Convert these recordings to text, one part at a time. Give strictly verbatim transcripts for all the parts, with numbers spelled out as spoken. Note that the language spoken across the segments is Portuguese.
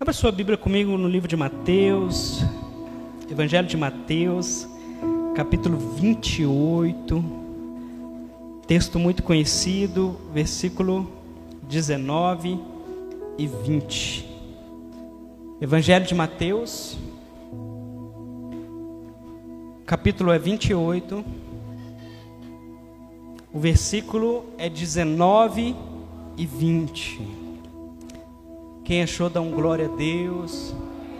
Abra sua Bíblia comigo no livro de Mateus, Evangelho de Mateus, capítulo vinte e oito, texto muito conhecido, versículo dezenove e vinte. Evangelho de Mateus, capítulo é vinte e oito, o versículo é dezenove e vinte. Quem achou, dá um glória a Deus.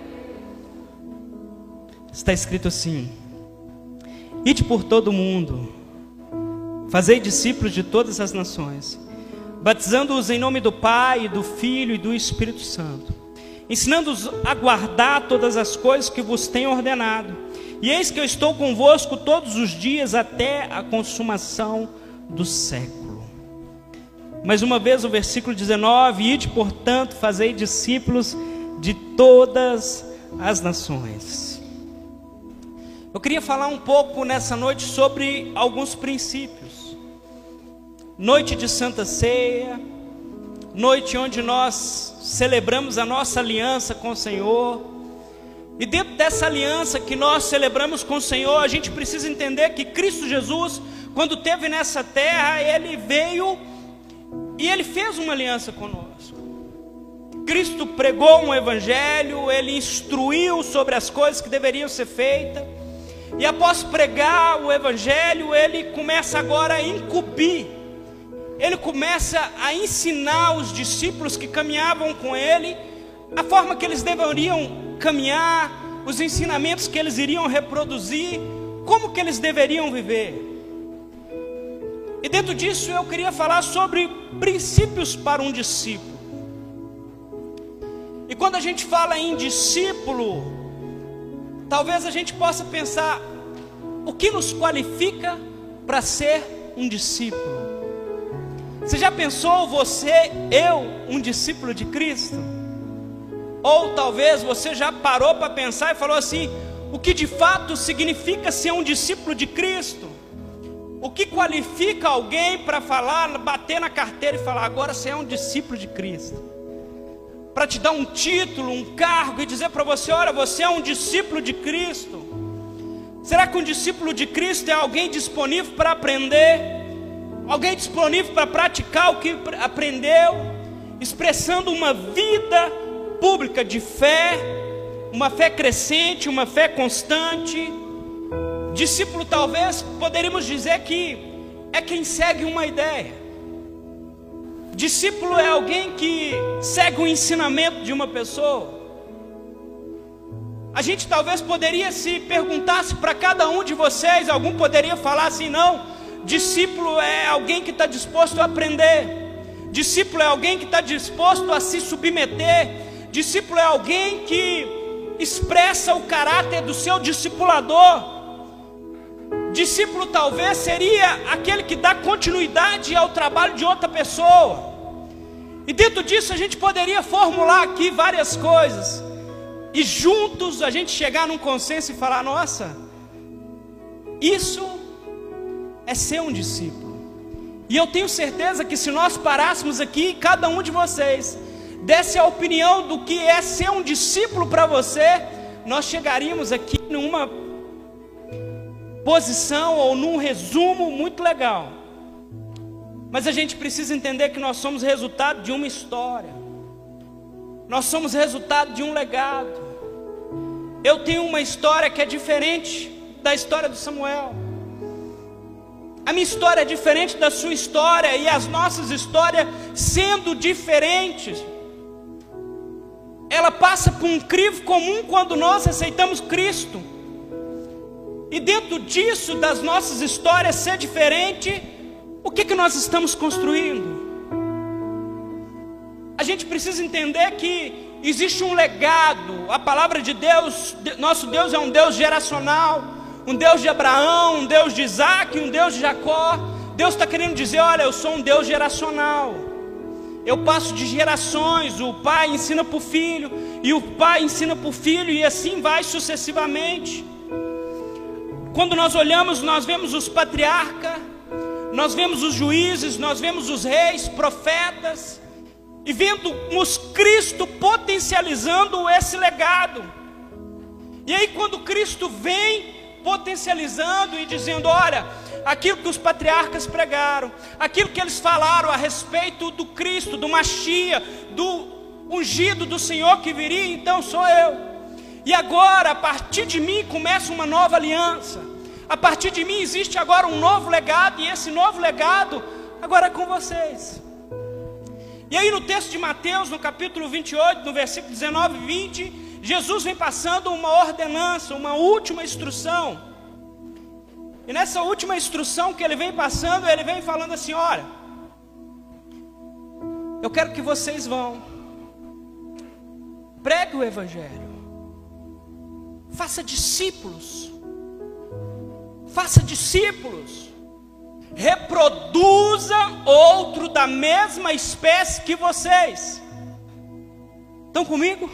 Está escrito assim: ide por todo o mundo, fazei discípulos de todas as nações, batizando-os em nome do Pai, do Filho e do Espírito Santo, ensinando-os a guardar todas as coisas que vos tenho ordenado. E eis que eu estou convosco todos os dias até a consumação do século. Mais uma vez o versículo dezenove: ide, portanto, fazei discípulos de todas as nações. Eu queria falar um pouco nessa noite sobre alguns princípios. Noite de Santa Ceia, noite onde nós celebramos a nossa aliança com o Senhor. E dentro dessa aliança que nós celebramos com o Senhor, a gente precisa entender que Cristo Jesus, quando esteve nessa terra, Ele veio e Ele fez uma aliança conosco. Cristo pregou um evangelho, Ele instruiu sobre as coisas que deveriam ser feitas. E após pregar o evangelho, Ele começa agora a incumbir. Ele começa a ensinar os discípulos que caminhavam com Ele a forma que eles deveriam caminhar, os ensinamentos que eles iriam reproduzir, como que eles deveriam viver. E dentro disso eu queria falar sobre princípios para um discípulo. E quando a gente fala em discípulo, talvez a gente possa pensar: o que nos qualifica para ser um discípulo? Você já pensou, você, eu, um discípulo de Cristo? Ou talvez você já parou para pensar e falou assim: o que de fato significa ser um discípulo de Cristo? O que qualifica alguém para falar, bater na carteira e falar: agora você é um discípulo de Cristo? Para te dar um título, um cargo e dizer para você: olha, você é um discípulo de Cristo. Será que um discípulo de Cristo é alguém disponível para aprender? Alguém disponível para praticar o que aprendeu? Expressando uma vida pública de fé, uma fé crescente, uma fé constante. Discípulo, talvez poderíamos dizer que é quem segue uma ideia. Discípulo é alguém que segue o ensinamento de uma pessoa. A gente talvez poderia se perguntasse para cada um de vocês, algum poderia falar assim: não, discípulo é alguém que está disposto a aprender. Discípulo é alguém que está disposto a se submeter. Discípulo é alguém que expressa o caráter do seu discipulador. Discípulo talvez seria aquele que dá continuidade ao trabalho de outra pessoa. E dentro disso a gente poderia formular aqui várias coisas, e juntos a gente chegar num consenso e falar: nossa, isso é ser um discípulo. E eu tenho certeza que se nós parássemos aqui, cada um de vocês desse a opinião do que é ser um discípulo para você, nós chegaríamos aqui numa posição ou num resumo muito legal. Mas a gente precisa entender que nós somos resultado de uma história. Nós somos resultado de um legado. Eu tenho uma história que é diferente da história do Samuel. A minha história é diferente da sua história, e as nossas histórias sendo diferentes, ela passa por um crivo comum quando nós aceitamos Cristo. E dentro disso, das nossas histórias ser diferente, o que que nós estamos construindo? A gente precisa entender que existe um legado. A palavra de Deus, nosso Deus é um Deus geracional, um Deus de Abraão, um Deus de Isaac, um Deus de Jacó. Deus está querendo dizer: olha, eu sou um Deus geracional. Eu passo de gerações, o pai ensina para o filho, e o pai ensina para o filho, e assim vai sucessivamente. Quando nós olhamos, nós vemos os patriarcas, nós vemos os juízes, nós vemos os reis, profetas, e vemos Cristo potencializando esse legado. E aí quando Cristo vem potencializando e dizendo, olha, aquilo que os patriarcas pregaram, aquilo que eles falaram a respeito do Cristo, do Machia, do ungido do Senhor que viria, então sou eu. E agora, a partir de mim começa uma nova aliança. A partir de mim existe agora um novo legado, e esse novo legado agora é com vocês. E aí no texto de Mateus, no capítulo vinte e oito, no versículo dezenove e vinte, Jesus vem passando uma ordenança, uma última instrução. E nessa última instrução que ele vem passando, ele vem falando assim, olha, eu quero que vocês vão, pregue o Evangelho, faça discípulos, faça discípulos, reproduza outro da mesma espécie que vocês. Estão comigo?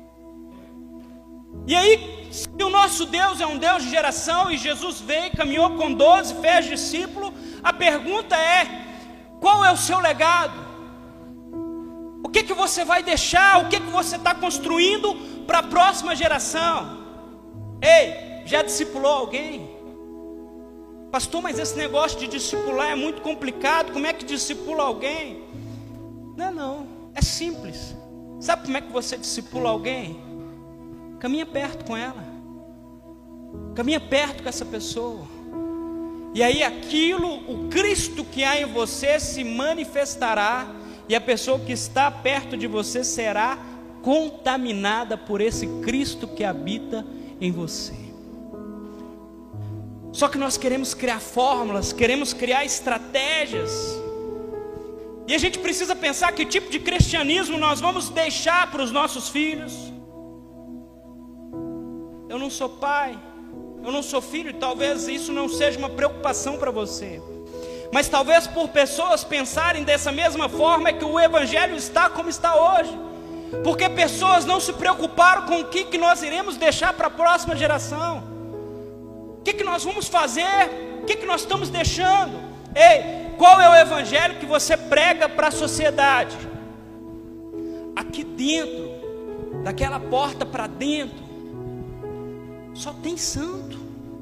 E aí, se o nosso Deus é um Deus de geração, e Jesus veio, caminhou com doze, fez discípulo, a pergunta é, qual é o seu legado? O que que você vai deixar? O que que você está construindo para a próxima geração? Ei, já discipulou alguém? Pastor, mas esse negócio de discipular é muito complicado. Como é que discipula alguém? Não, não, é simples. Sabe como é que você discipula alguém? Caminha perto com ela, caminha perto com essa pessoa, e aí aquilo, o Cristo que há em você se manifestará, e a pessoa que está perto de você será contaminada por esse Cristo que habita em você. Só que nós queremos criar fórmulas, queremos criar estratégias, e a gente precisa pensar que tipo de cristianismo nós vamos deixar para os nossos filhos. Eu não sou pai, eu não sou filho, talvez isso não seja uma preocupação para você, mas talvez por pessoas pensarem dessa mesma forma é que o Evangelho está como está hoje, porque pessoas não se preocuparam com o que, que nós iremos deixar para a próxima geração, o que, que nós vamos fazer, o que, que nós estamos deixando. Ei, qual é o Evangelho que você prega para a sociedade? Aqui dentro, daquela porta para dentro, só tem santo.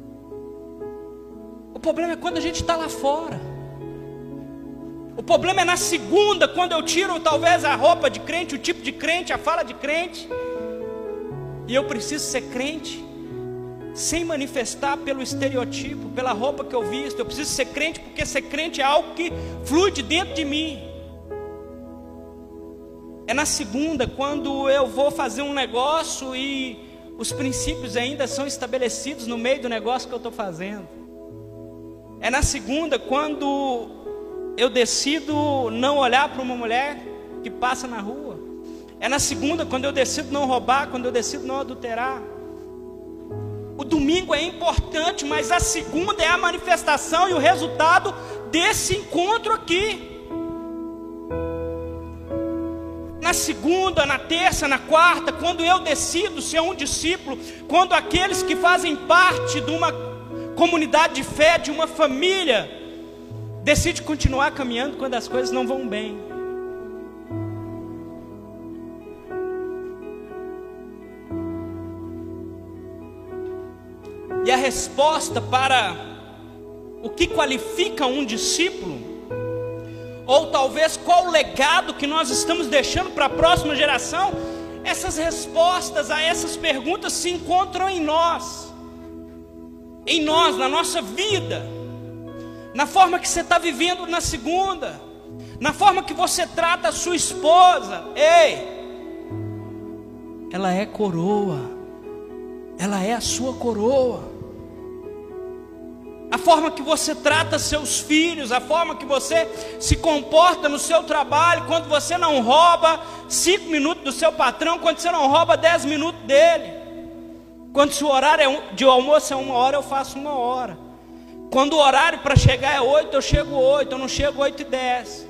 O problema é quando a gente está lá fora. O problema é na segunda, quando eu tiro talvez a roupa de crente, o tipo de crente, a fala de crente, e eu preciso ser crente sem manifestar pelo estereotipo, pela roupa que eu visto. Eu preciso ser crente porque ser crente é algo que flui de dentro de mim. É na segunda, quando eu vou fazer um negócio e os princípios ainda são estabelecidos no meio do negócio que eu estou fazendo. É na segunda, quando eu decido não olhar para uma mulher que passa na rua. É na segunda, quando eu decido não roubar, quando eu decido não adulterar. O domingo é importante, mas a segunda é a manifestação e o resultado desse encontro aqui. Na segunda, na terça, na quarta, quando eu decido ser um discípulo, quando aqueles que fazem parte de uma comunidade de fé, de uma família, decidem continuar caminhando quando as coisas não vão bem. E a resposta para o que qualifica um discípulo, ou talvez qual o legado que nós estamos deixando para a próxima geração, essas respostas a essas perguntas se encontram em nós, em nós, na nossa vida, na forma que você está vivendo na segunda, na forma que você trata a sua esposa. Ei, ela é coroa, ela é a sua coroa. A forma que você trata seus filhos, a forma que você se comporta no seu trabalho, quando você não rouba cinco minutos do seu patrão, quando você não rouba dez minutos dele, quando se o horário de almoço é uma hora, eu faço uma hora, quando o horário para chegar é oito, eu chego oito, eu não chego oito e dez.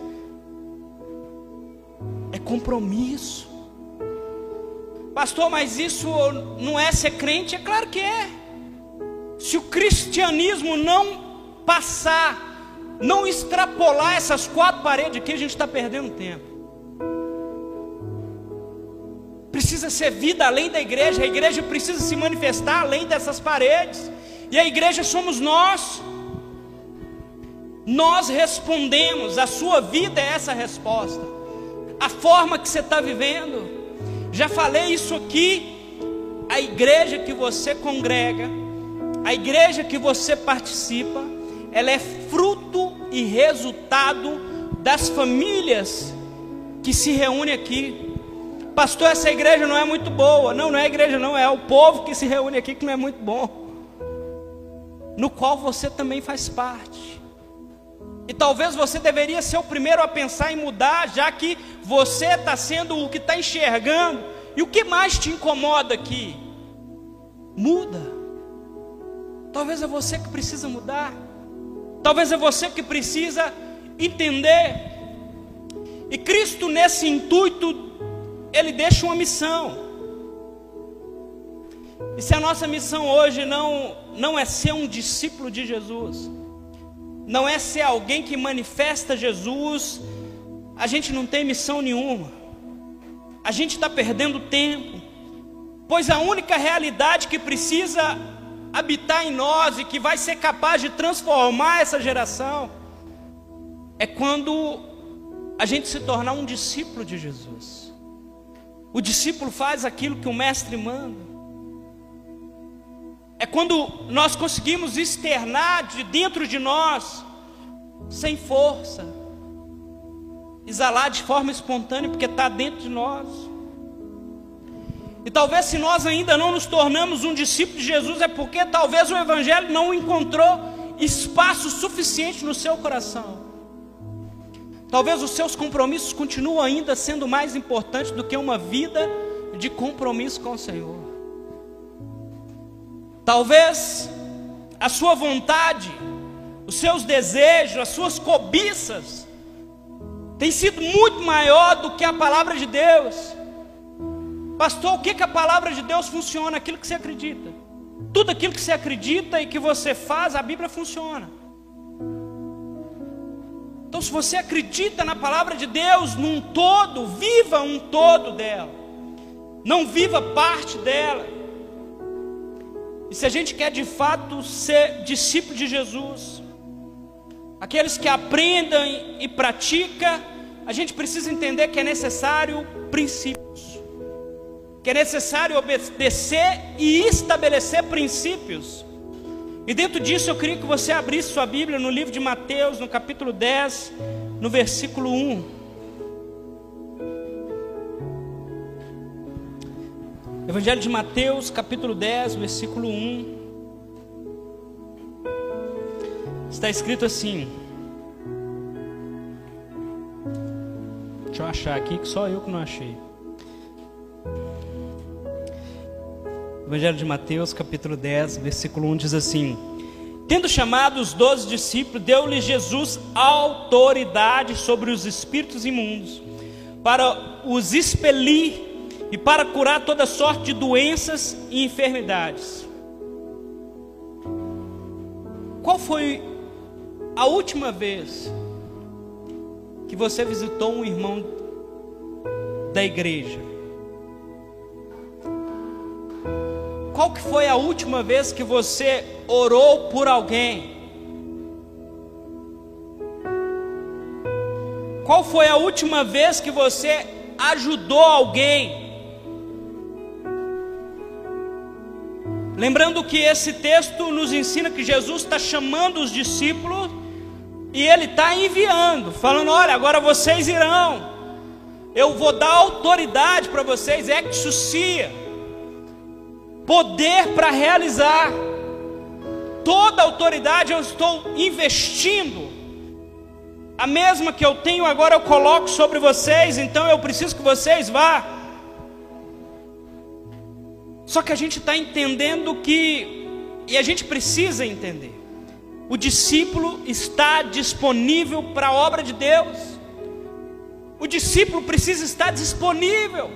É compromisso. Pastor, mas isso não é ser crente? É claro que é. Se o cristianismo não passar, não extrapolar essas quatro paredes aqui, a gente está perdendo tempo. precisa ser vida além da igreja, a igreja precisa se manifestar além dessas paredes, e a igreja somos nós. Nós respondemos, a sua vida é essa resposta, a forma que você está vivendo. Já falei isso aqui, a igreja que você congrega, a igreja que você participa, ela é fruto e resultado das famílias que se reúnem aqui. Pastor, essa igreja não é muito boa. Não, não é a igreja não, é o povo que se reúne aqui que não é muito bom, no qual você também faz parte. E talvez você deveria ser o primeiro a pensar em mudar, já que você está sendo o que está enxergando. E o que mais te incomoda aqui? Muda. Talvez é você que precisa mudar. Talvez é você que precisa entender. E Cristo, nesse intuito, Ele deixa uma missão. E se a nossa missão hoje não, não é ser um discípulo de Jesus, não é ser alguém que manifesta Jesus, a gente não tem missão nenhuma. A gente está perdendo tempo. Pois a única realidade que precisa habitar em nós e que vai ser capaz de transformar essa geração é quando a gente se tornar um discípulo de Jesus. O discípulo faz aquilo que o mestre manda. É quando nós conseguimos externar de dentro de nós, sem força, exalar de forma espontânea, porque está dentro de nós. E talvez se nós ainda não nos tornamos um discípulo de Jesus, é porque talvez o Evangelho não encontrou espaço suficiente no seu coração. Talvez os seus compromissos continuam ainda sendo mais importantes do que uma vida de compromisso com o Senhor. Talvez a sua vontade, os seus desejos, as suas cobiças tem sido muito maior do que a palavra de Deus. Pastor, o que que a palavra de Deus funciona? Aquilo que você acredita. Tudo aquilo que você acredita e que você faz, a Bíblia funciona. Então, se você acredita na palavra de Deus num todo, viva um todo dela, não viva parte dela. E se a gente quer de fato ser discípulo de Jesus, aqueles que aprendem e praticam, a gente precisa entender que é necessário princípios, que é necessário obedecer e estabelecer princípios. E dentro disso eu queria que você abrisse sua Bíblia no livro de Mateus, no capítulo dez, no versículo um. Evangelho de Mateus, capítulo dez, versículo um. Está escrito assim. Deixa eu achar aqui, que só eu que não achei. Evangelho de Mateus, capítulo dez, versículo um, diz assim: tendo chamado os doze discípulos, deu-lhes Jesus autoridade sobre os espíritos imundos, para os expelir e para curar toda sorte de doenças e enfermidades. Qual foi a última vez que você visitou um irmão da igreja? Qual que foi a última vez que você orou por alguém? Qual foi a última vez que você ajudou alguém? Lembrando que esse texto nos ensina que Jesus está chamando os discípulos e Ele está enviando, falando: olha, agora vocês irão, eu vou dar autoridade para vocês, exousia, poder para realizar. Toda autoridade eu estou investindo, a mesma que eu tenho agora eu coloco sobre vocês, então eu preciso que vocês vá. Só que a gente está entendendo que, e a gente precisa entender, o discípulo está disponível para a obra de Deus. O discípulo precisa estar disponível.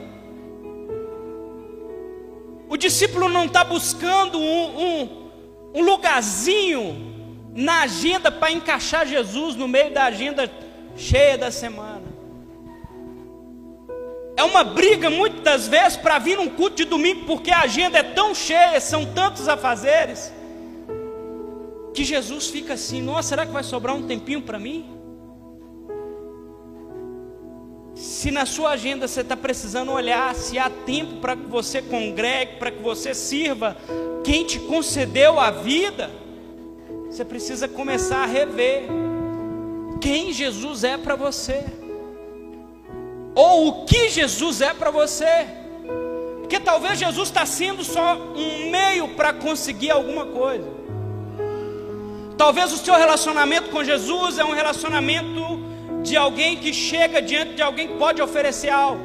O discípulo não está buscando um, um, um lugarzinho na agenda para encaixar Jesus no meio da agenda cheia da semana. É É uma briga muitas das vezes para vir num culto de domingo, porque a agenda é tão cheia, são tantos afazeres, que Jesus fica assim: nossa, será que vai sobrar um tempinho para mim? Se na sua agenda você está precisando olhar se há tempo para que você congregue, para que você sirva quem te concedeu a vida, você precisa começar a rever quem Jesus é para você, ou o que Jesus é para você. Porque talvez Jesus está sendo só um meio para conseguir alguma coisa. Talvez o seu relacionamento com Jesus é um relacionamento de alguém que chega diante de alguém que pode oferecer algo.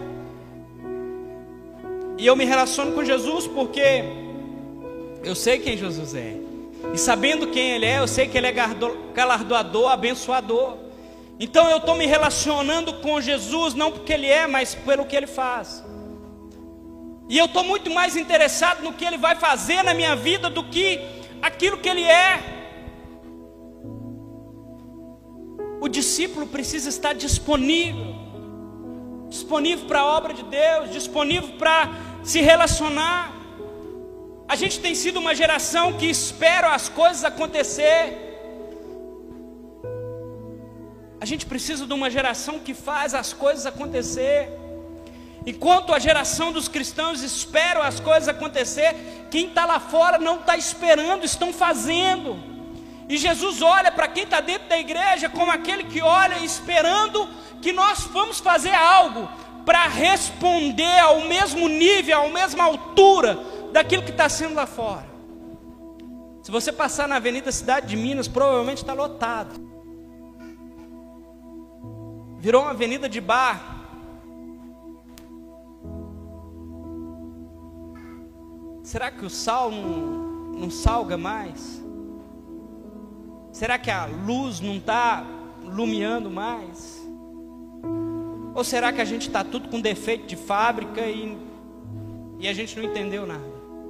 E eu me relaciono com Jesus porque eu sei quem Jesus é. E sabendo quem Ele é, eu sei que Ele é galardoador, abençoador. Então eu estou me relacionando com Jesus, não porque Ele é, mas pelo que Ele faz. E eu estou muito mais interessado no que Ele vai fazer na minha vida do que aquilo que Ele é. O discípulo precisa estar disponível, disponível para a obra de Deus, disponível para se relacionar. A gente tem sido uma geração que espera as coisas acontecer. A gente precisa de uma geração que faz as coisas acontecer. Enquanto a geração dos cristãos espera as coisas acontecer, quem está lá fora não está esperando, estão fazendo. E Jesus olha para quem está dentro da igreja como aquele que olha esperando que nós vamos fazer algo para responder ao mesmo nível, à mesma altura daquilo que está sendo lá fora. Se você passar na Avenida Cidade de Minas, provavelmente está lotado. Virou uma avenida de bar. Será que o sal não, não salga mais? Será que a luz não está lumiando mais? Ou será que a gente está tudo com defeito de fábrica e, e a gente não entendeu nada?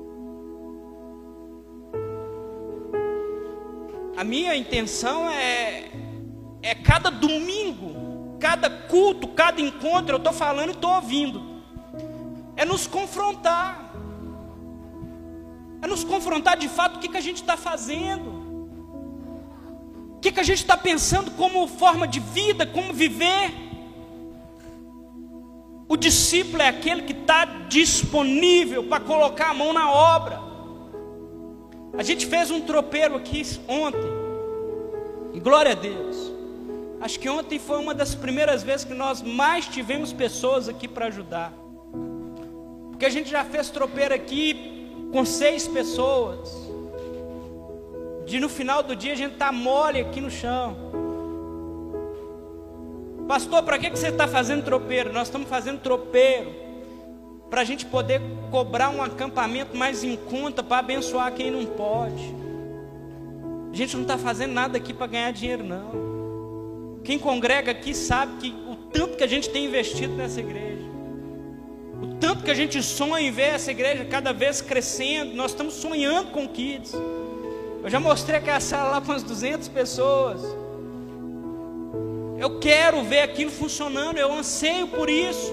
A minha intenção é, é cada domingo, cada culto, cada encontro, eu estou falando e estou ouvindo, é nos confrontar, é nos confrontar de fato o que, que a gente está fazendo. O que, que a gente está pensando como forma de vida, como viver? O discípulo é aquele que está disponível para colocar a mão na obra. A gente fez um tropeiro aqui ontem, e glória a Deus. Acho que ontem foi uma das primeiras vezes que nós mais tivemos pessoas aqui para ajudar. Porque a gente já fez tropeiro aqui com seis pessoas. De no final do dia a gente está mole aqui no chão. Pastor, para que, que você está fazendo tropeiro? Nós estamos fazendo tropeiro para a gente poder cobrar um acampamento mais em conta, para abençoar quem não pode. A gente não está fazendo nada aqui para ganhar dinheiro, não. Quem congrega aqui sabe que o tanto que a gente tem investido nessa igreja, o tanto que a gente sonha em ver essa igreja cada vez crescendo. Nós estamos sonhando com kids. Eu já mostrei aquela sala lá com umas duzentas pessoas. Eu quero ver aquilo funcionando, eu anseio por isso.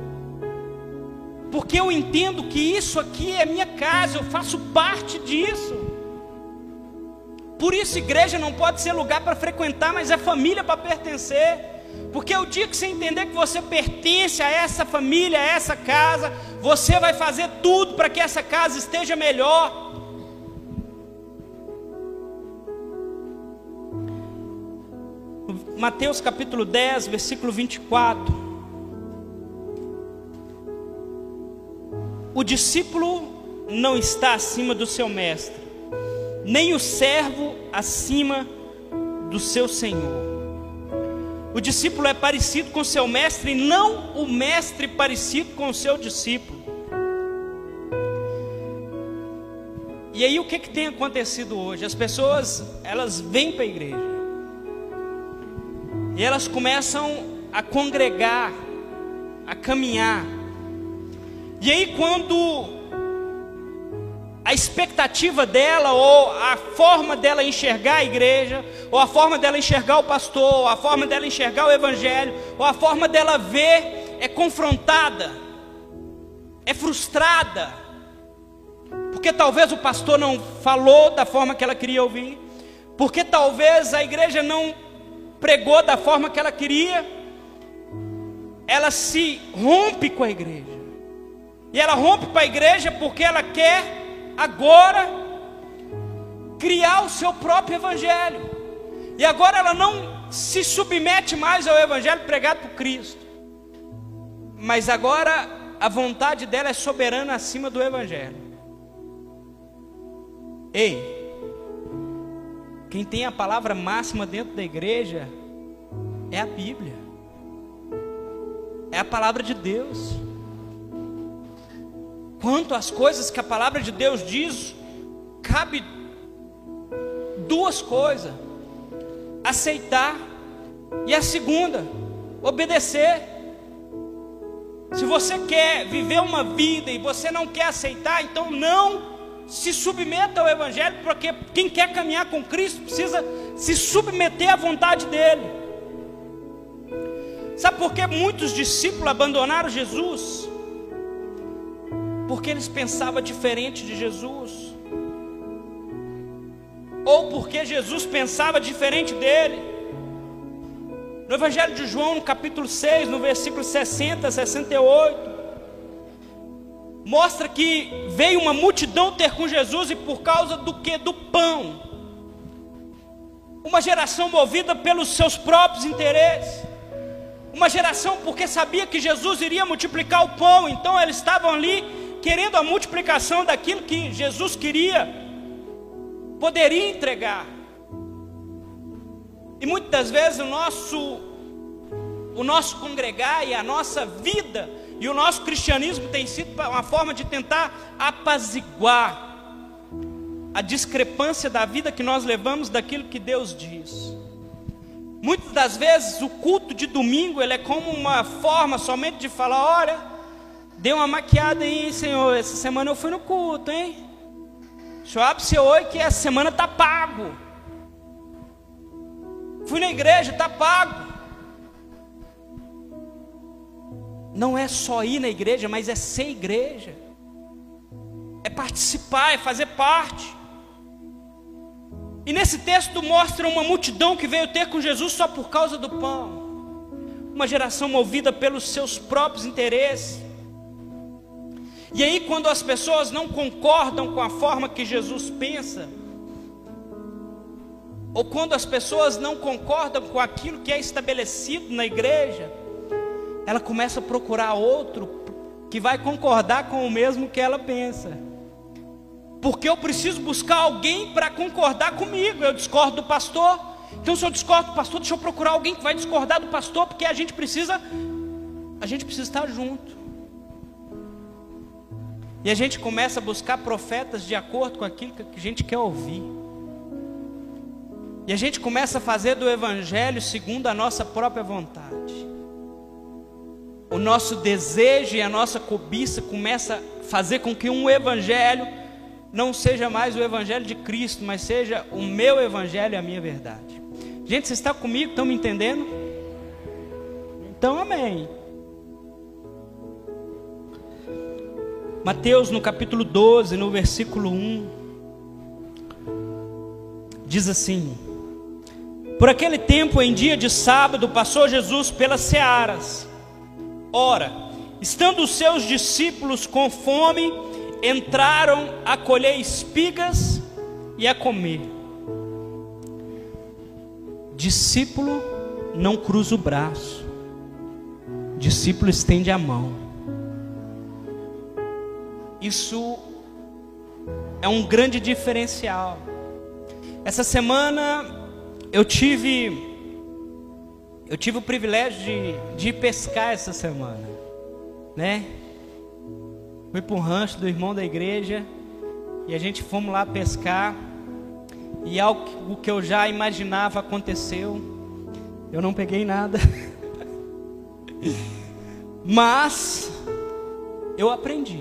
Porque eu entendo que isso aqui é minha casa, eu faço parte disso. Por isso igreja não pode ser lugar para frequentar, mas é família para pertencer. Porque o dia que você entender que você pertence a essa família, a essa casa, você vai fazer tudo para que essa casa esteja melhor. Mateus capítulo dez, versículo vinte e quatro. O discípulo não está acima do seu mestre, nem o servo acima do seu senhor. O discípulo é parecido com seu mestre, e não o mestre parecido com o seu discípulo. E aí o que, que tem acontecido hoje? As pessoas, elas vêm para a igreja e elas começam a congregar, a caminhar. E aí quando a expectativa dela, ou a forma dela enxergar a igreja, ou a forma dela enxergar o pastor, ou a forma dela enxergar o evangelho, ou a forma dela ver é confrontada, é frustrada, porque talvez o pastor não falou da forma que ela queria ouvir, porque talvez a igreja não pregou da forma que ela queria, ela se rompe com a igreja. E ela rompe com a igreja porque ela quer agora criar o seu próprio evangelho. E agora ela não se submete mais ao evangelho pregado por Cristo, mas agora a vontade dela é soberana acima do evangelho. Ei, quem tem a palavra máxima dentro da igreja é a Bíblia, é a palavra de Deus. Quanto às coisas que a palavra de Deus diz, cabe duas coisas: aceitar, e a segunda, obedecer. Se você quer viver uma vida e você não quer aceitar, então não se submeta ao evangelho, porque quem quer caminhar com Cristo precisa se submeter à vontade dele. Sabe por que muitos discípulos abandonaram Jesus? Porque eles pensavam diferente de Jesus, ou porque Jesus pensava diferente dele. No Evangelho de João, no capítulo seis, no versículo sessenta, sessenta e oito, mostra que veio uma multidão ter com Jesus, e por causa do que? Do pão. Uma geração movida pelos seus próprios interesses, uma geração porque sabia que Jesus iria multiplicar o pão, então eles estavam ali querendo a multiplicação daquilo que Jesus queria, poderia entregar. E muitas das vezes o nosso, o nosso congregar e a nossa vida e o nosso cristianismo tem sido uma forma de tentar apaziguar a discrepância da vida que nós levamos daquilo que Deus diz. Muitas das vezes o culto de domingo ele é como uma forma somente de falar: olha, dê uma maquiada aí, Senhor, essa semana eu fui no culto, hein? O Senhor abre seu olho que essa semana está pago. Fui na igreja, está pago. Não é só ir na igreja, mas é ser igreja, é participar, é fazer parte. E nesse texto mostra uma multidão que veio ter com Jesus só por causa do pão, uma geração movida pelos seus próprios interesses. E aí, quando as pessoas não concordam com a forma que Jesus pensa, ou quando as pessoas não concordam com aquilo que é estabelecido na igreja, ela começa a procurar outro que vai concordar com o mesmo que ela pensa, porque eu preciso buscar alguém para concordar comigo. Eu discordo do pastor, então se eu discordo do pastor, deixa eu procurar alguém que vai discordar do pastor, porque a gente precisa, a gente precisa estar junto. E a gente começa a buscar profetas de acordo com aquilo que a gente quer ouvir. E a gente começa a fazer do evangelho segundo a nossa própria vontade. O nosso desejo e a nossa cobiça começa a fazer com que um evangelho não seja mais o evangelho de Cristo, mas seja o meu evangelho e a minha verdade. Gente, vocês estão comigo? Estão me entendendo? Então, amém. Mateus, no capítulo doze, no versículo um, diz assim: por aquele tempo, em dia de sábado, passou Jesus pelas searas. Ora, estando os seus discípulos com fome, entraram a colher espigas e a comer. Discípulo não cruza o braço, discípulo estende a mão. Isso é um grande diferencial. Essa semana eu tive eu tive o privilégio de, de ir pescar essa semana, né? Fui para um rancho do irmão da igreja e a gente fomos lá pescar, e algo que eu já imaginava aconteceu. Eu não peguei nada, mas eu aprendi.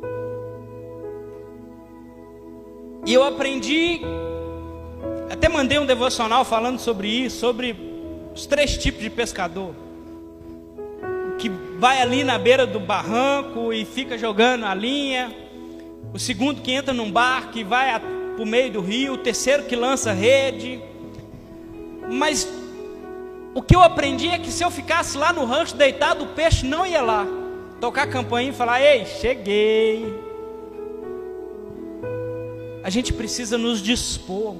E eu aprendi, até mandei um devocional falando sobre isso, sobre os três tipos de pescador. Que vai ali na beira do barranco e fica jogando a linha. O segundo que entra num barco e vai para o meio do rio. O terceiro que lança rede. Mas o que eu aprendi é que se eu ficasse lá no rancho deitado, o peixe não ia lá tocar a campainha e falar: ei, cheguei. A gente precisa nos dispor.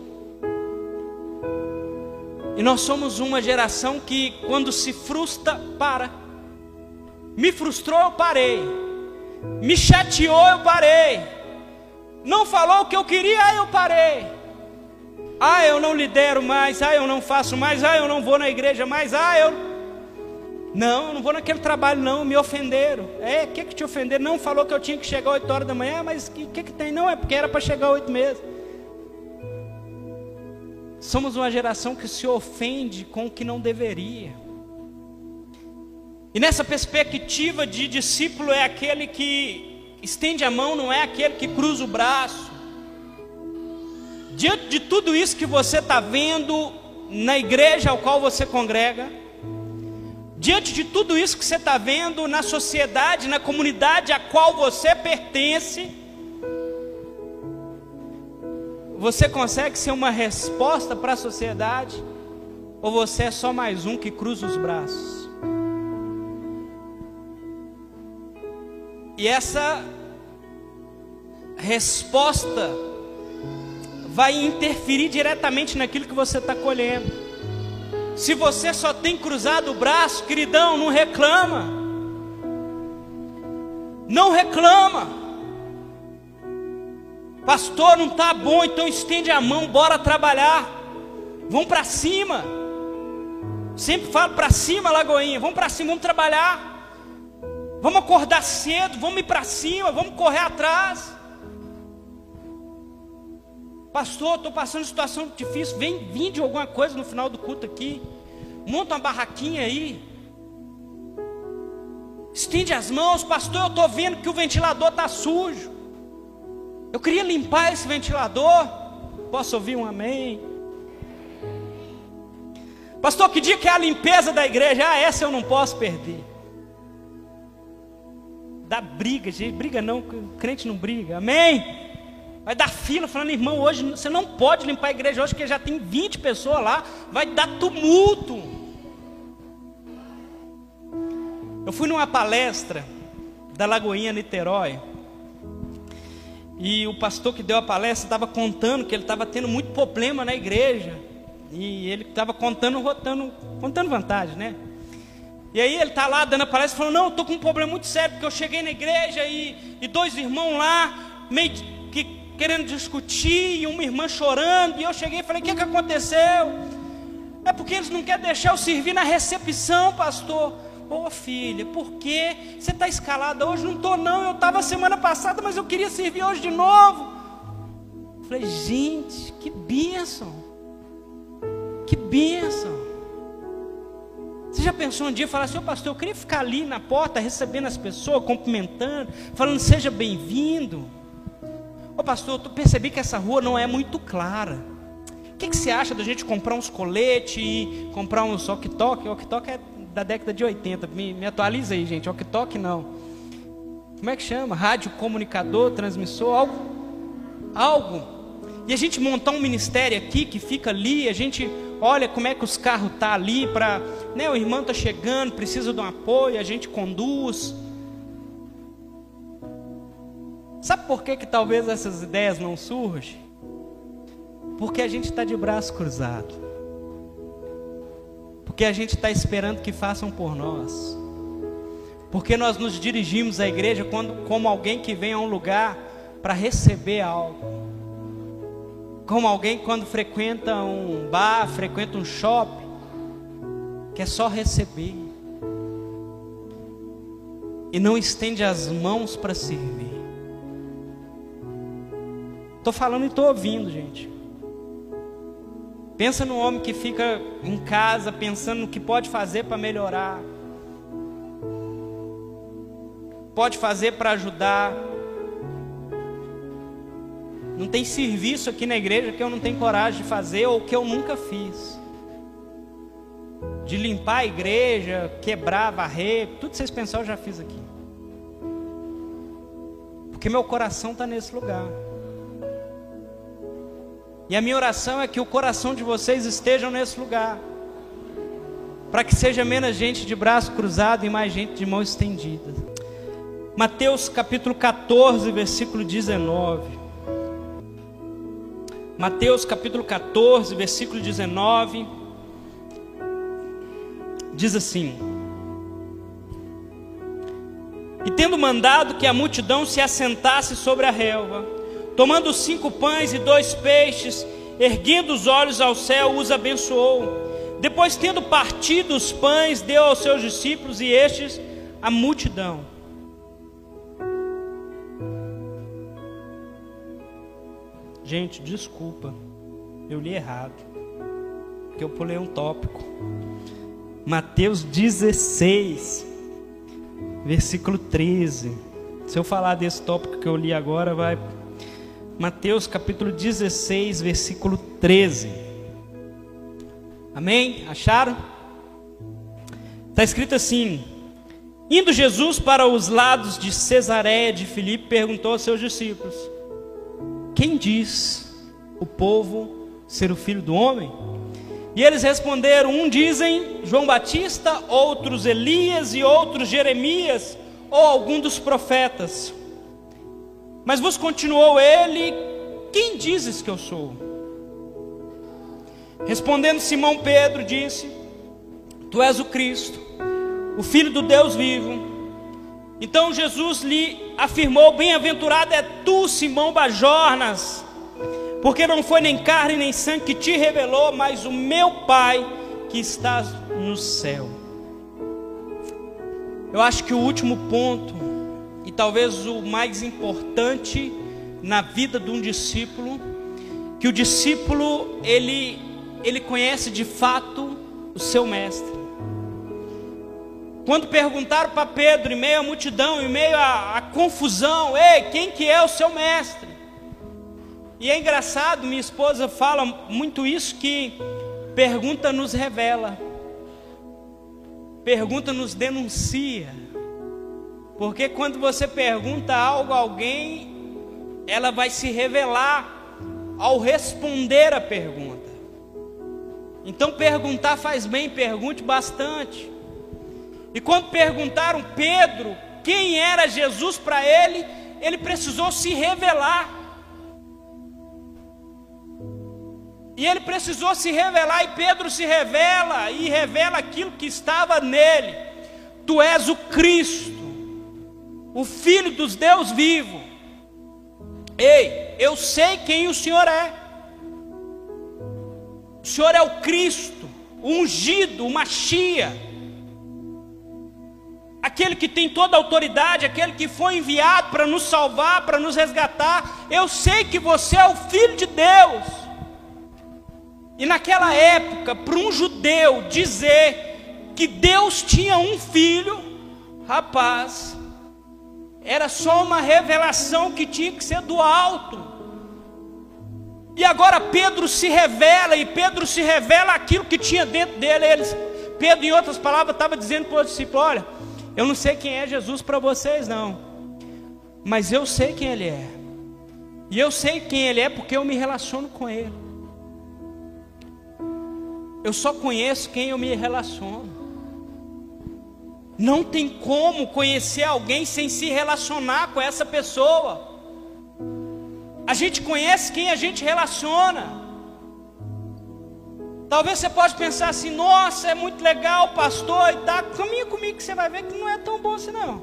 E nós somos uma geração que, quando se frustra, para. Me frustrou, eu parei. Me chateou, eu parei. Não falou o que eu queria, eu parei. Ah, eu não lidero mais. Ah, eu não faço mais. Ah, eu não vou na igreja mais. Ah, eu... Não, eu não vou naquele trabalho não, me ofenderam. É, o que que te ofenderam? Não, falou que eu tinha que chegar às oito horas da manhã, mas o que, que que tem? Não, é porque era para chegar às oito mesmo. Somos uma geração que se ofende com o que não deveria. E nessa perspectiva de discípulo é aquele que estende a mão, não é aquele que cruza o braço. Diante de tudo isso que você está vendo na igreja ao qual você congrega, diante de tudo isso que você está vendo na sociedade, na comunidade a qual você pertence, você consegue ser uma resposta para a sociedade? Ou você é só mais um que cruza os braços? E essa resposta vai interferir diretamente naquilo que você está colhendo. Se você só tem cruzado o braço, queridão, não reclama. Não reclama. Pastor, não está bom, então estende a mão, bora trabalhar. Vamos para cima. Sempre falo para cima, Lagoinha. Vamos para cima, vamos trabalhar. Vamos acordar cedo, vamos ir para cima, vamos correr atrás. Pastor, estou passando situação difícil. Vem vídeo alguma coisa no final do culto aqui. Monta uma barraquinha aí. Estende as mãos. Pastor, eu estou vendo que o ventilador está sujo. Eu queria limpar esse ventilador. Posso ouvir um amém? Pastor, que dia que é a limpeza da igreja? Ah, essa eu não posso perder. Dá briga, gente. Briga não, crente não briga. Amém? Vai dar fila falando: irmão, hoje você não pode limpar a igreja hoje, porque já tem vinte pessoas lá. Vai dar tumulto. Eu fui numa palestra da Lagoinha, Niterói. E o pastor que deu a palestra estava contando que ele estava tendo muito problema na igreja. E ele estava contando, rotando, contando vantagem, né? E aí ele está lá dando a palestra, falando: não, eu estou com um problema muito sério, porque eu cheguei na igreja e, e dois irmãos lá, meio que querendo discutir, e uma irmã chorando. E eu cheguei e falei: o que, que aconteceu? É porque eles não querem deixar eu servir na recepção, pastor. Ô filha, por quê? Você está escalada hoje? Não estou não, eu estava semana passada, mas eu queria servir hoje de novo. Eu falei: gente, que bênção. Que bênção. Você já pensou um dia falar assim: ô pastor, eu queria ficar ali na porta recebendo as pessoas, cumprimentando, falando seja bem-vindo. Ô pastor, eu percebi que essa rua não é muito clara. O que, que você acha da gente comprar uns coletes e comprar uns walkie-talkie? Walkie-talkie é da década de oitenta, me, me atualiza aí, gente. Walkie-talkie não. Como é que chama? Rádio comunicador, transmissor, algo, algo. E a gente montar um ministério aqui que fica ali, a gente olha como é que os carros estão tá ali para, né, o irmão está chegando, precisa de um apoio, a gente conduz. Sabe por que que talvez essas ideias não surgem? Porque a gente está de braço cruzado. Porque a gente está esperando que façam por nós. Porque nós nos dirigimos à igreja quando, como alguém que vem a um lugar para receber algo. Como alguém quando frequenta um bar, frequenta um shopping, que é só receber. E não estende as mãos para servir. Estou falando e estou ouvindo, gente. Pensa no homem que fica em casa pensando no que pode fazer para melhorar. Pode fazer para ajudar. Não tem serviço aqui na igreja que eu não tenho coragem de fazer ou que eu nunca fiz. de limpar a igreja, quebrar, varrer, tudo que vocês pensaram eu já fiz aqui. Porque meu coração está nesse lugar. E a minha oração é que o coração de vocês estejam nesse lugar, para que seja menos gente de braço cruzado e mais gente de mão estendida. Mateus capítulo quatorze, versículo dezenove. Mateus capítulo quatorze, versículo dezenove. Diz assim: e tendo mandado que a multidão se assentasse sobre a relva, tomando os cinco pães e dois peixes, erguendo os olhos ao céu, os abençoou. Depois, tendo partido os pães, deu aos seus discípulos e estes à multidão. Gente, desculpa, eu li errado, porque eu pulei um tópico. Mateus dezesseis, versículo treze. Se eu falar desse tópico que eu li agora, vai... Mateus capítulo dezesseis, versículo treze. Amém? Acharam? Está escrito assim: indo Jesus para os lados de Cesareia de Filipe, perguntou aos seus discípulos: quem diz o povo ser o Filho do Homem? E eles responderam: um dizem João Batista, outros Elias e outros Jeremias ou algum dos profetas. Mas vos continuou ele: quem dizes que eu sou? Respondendo Simão Pedro, disse: tu és o Cristo, o Filho do Deus vivo. Então Jesus lhe afirmou: bem-aventurado é tu, Simão Bajornas, porque não foi nem carne nem sangue que te revelou, mas o meu Pai que está no céu. Eu acho que o último ponto, e talvez o mais importante na vida de um discípulo, que o discípulo ele, ele conhece de fato o seu mestre. Quando perguntaram para Pedro, em meio à multidão, em meio à, à confusão: ei, quem que é o seu mestre? E é engraçado, minha esposa fala muito isso, que pergunta nos revela, pergunta nos denuncia. Porque quando você pergunta algo a alguém, ela vai se revelar ao responder a pergunta. Então perguntar faz bem, pergunte bastante. E quando perguntaram Pedro quem era Jesus para ele, ele precisou se revelar. E ele precisou se revelar, e Pedro se revela, e revela aquilo que estava nele: tu és o Cristo, o Filho dos Deus vivo. Ei, eu sei quem o Senhor é. O Senhor é o Cristo, o ungido, o Machia, aquele que tem toda a autoridade, aquele que foi enviado para nos salvar, para nos resgatar. Eu sei que você é o Filho de Deus. E naquela época, para um judeu dizer que Deus tinha um filho, rapaz, era só uma revelação que tinha que ser do alto. E agora Pedro se revela, e Pedro se revela aquilo que tinha dentro dele. Eles, Pedro, em outras palavras, estava dizendo para os discípulos: olha, eu não sei quem é Jesus para vocês não, mas eu sei quem Ele é. E eu sei quem Ele é porque eu me relaciono com Ele. Eu só conheço quem eu me relaciono. Não tem como conhecer alguém sem se relacionar com essa pessoa. A gente conhece quem a gente relaciona. Talvez você pode pensar assim: nossa, é muito legal, pastor, e tá, caminha comigo que você vai ver que não é tão bom assim não.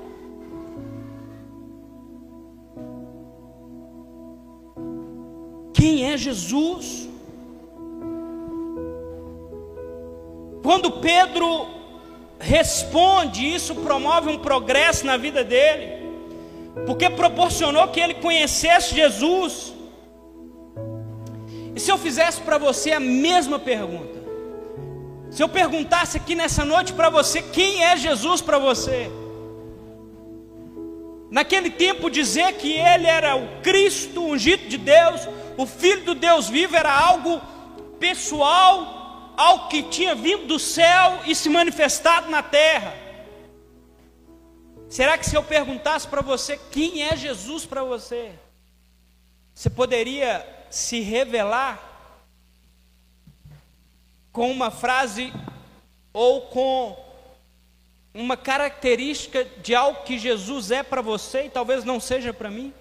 Quem é Jesus? Quando Pedro responde, isso promove um progresso na vida dele, porque proporcionou que ele conhecesse Jesus. E se eu fizesse para você a mesma pergunta, se eu perguntasse aqui nessa noite para você: quem é Jesus para você? Naquele tempo, dizer que Ele era o Cristo, o ungido de Deus, o Filho do Deus vivo, era algo pessoal, algo que tinha vindo do céu e se manifestado na terra. Será que se eu perguntasse para você quem é Jesus para você, você poderia se revelar com uma frase ou com uma característica de algo que Jesus é para você e talvez não seja para mim?